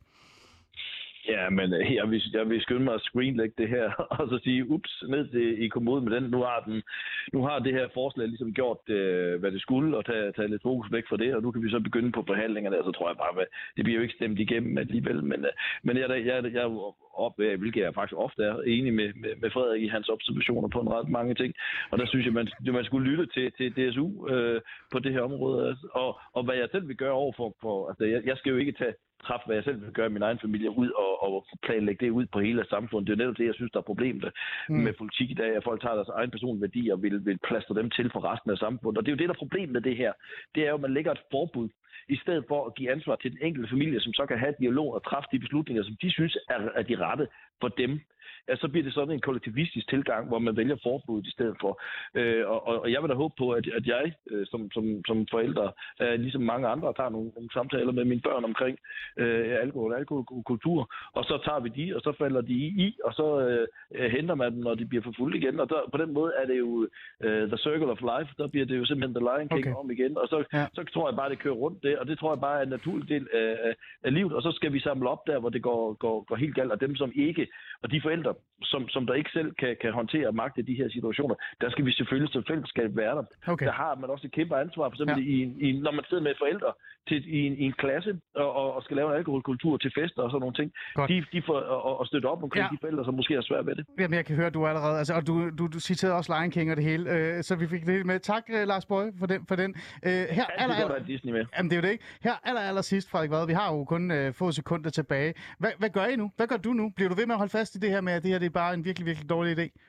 Ja, men jeg vil, jeg vil skynde mig at screenlægge det her, og så sige, ups, ned til, i kommoden med den. Nu har, den, nu har det her forslag ligesom gjort, øh, hvad det skulle, og tage, tage lidt fokus væk fra det, og nu kan vi så begynde på forhandlingerne, og så tror jeg bare, at det bliver jo ikke stemt igennem alligevel. Men, øh, men jeg, jeg, jeg, jeg op, hvilket jeg faktisk ofte er enig med, med, med Frederik i hans observationer på en ret mange ting, og der synes jeg, man, man skulle lytte til, til D S U øh, på det her område, og, og hvad jeg selv vil gøre over for, for altså jeg, jeg skal jo ikke tage træffe, hvad jeg selv vil gøre i min egen familie ud og, og planlægge det ud på hele samfundet. Det er netop det, jeg synes, der er problemet mm. med politik i dag, at folk tager deres egen personlige værdier og vil, vil plaster dem til for resten af samfundet. Og det er jo det, der er problemet med det her. Det er jo, at man lægger et forbud, i stedet for at give ansvar til den enkelte familie, som så kan have dialog og træffe de beslutninger, som de synes er, er de rette for dem. Ja, så bliver det sådan en kollektivistisk tilgang, hvor man vælger forbud i stedet for. Øh, og, og jeg vil da håbe på, at, at jeg øh, som, som, som forældre, øh, ligesom mange andre, tager nogle, nogle samtaler med mine børn omkring øh, alkohol og alkoholkultur, og så tager vi de, og så falder de i, og så øh, henter man dem, når de bliver forfulgt igen. Og der, på den måde er det jo øh, the circle of life, der bliver det jo simpelthen the Lion King okay. om igen, og så, ja. så tror jeg bare, det kører rundt det, og det tror jeg bare er en naturlig del af, af livet, og så skal vi samle op der, hvor det går, går, går helt galt, og dem som ikke, og de forældre, Som, som der ikke selv kan, kan håndtere og magte de her situationer, der skal vi selvfølgelig som fællesskab være der. Okay. Der har man også et kæmpe ansvar, for eksempel ja. i, i, når man sidder med forældre til, i, en, i en klasse og, og skal lave en alkoholkultur til fester og sådan nogle ting. De, de får at, at støtte op omkring ja. de forældre, som måske har svært ved det. Jamen, jeg kan høre, du allerede, altså, og du, du, du citerede også Lion King og det hele, øh, så vi fik det med. Tak, Lars Boje, for den. For den. Øh, her ja, aller, aller, aller, Disney med. Jamen, det er jo det ikke. Her aller, aller sidst, Frederik Vad, vi har jo kun øh, få sekunder tilbage. Hvad, hvad gør I nu? Hvad gør du nu? Bliver du ved med at holde fast i det her med, at det her det er bare en virkelig, virkelig dårlig idé?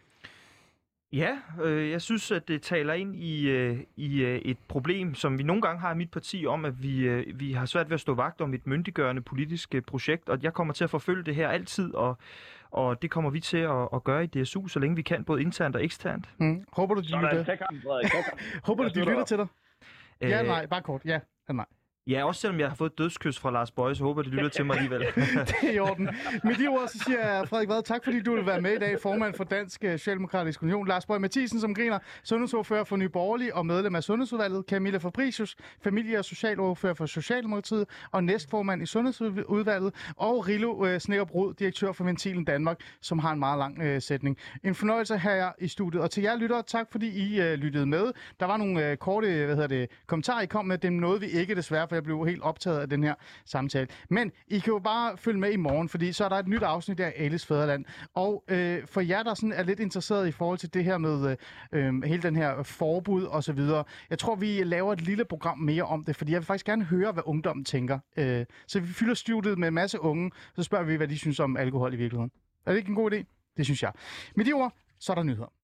Ja, øh, jeg synes, at det taler ind i, øh, i øh, et problem, som vi nogle gange har i mit parti om, at vi, øh, vi har svært ved at stå vagt om et myndiggørende politisk øh, projekt, og jeg kommer til at forfølge det her altid, og, og det kommer vi til at, at gøre i D S U, så længe vi kan, både internt og eksternt. Mm. Håber du, de lytter, Håber, du, de lytter til dig? Ja eller nej? Bare kort. Ja eller nej? Ja, også selvom jeg har fået et dødskys fra Lars Boje, så håber jeg, de lytter til mig alligevel. Det er i orden. Med de ord, så siger jeg, Frederik Vad, tak fordi du vil være med i dag, formand for Dansk Socialdemokratisk Union. Lars Boje Mathiesen, som griner, sundhedsordfører for Nye Borgerlige og medlem af Sundhedsudvalget. Camilla Fabricius, familie- og socialordfører for Socialdemokratiet og næstformand i Sundhedsudvalget. Og Rilo øh, Snækkerbrud, direktør for Ventilen Danmark, som har en meget lang øh, sætning. En fornøjelse her jer i studiet. Og til jer lyttere, tak fordi I øh, lyttede med. Der var nogle øh, korte hvad hedder det, kommentarer, I kom med. Dem nåede vi ikke desværre, for jeg blev helt optaget af den her samtale. Men I kan jo bare følge med i morgen, fordi så er der et nyt afsnit af Alis Fædreland. Og øh, for jer, der sådan er lidt interesseret i forhold til det her med øh, hele den her forbud og så videre, jeg tror, vi laver et lille program mere om det, fordi jeg vil faktisk gerne høre, hvad ungdommen tænker. Øh, så vi fylder studiet med en masse unge, så spørger vi, hvad de synes om alkohol i virkeligheden. Er det ikke en god idé? Det synes jeg. Med de ord, så er der nyheder.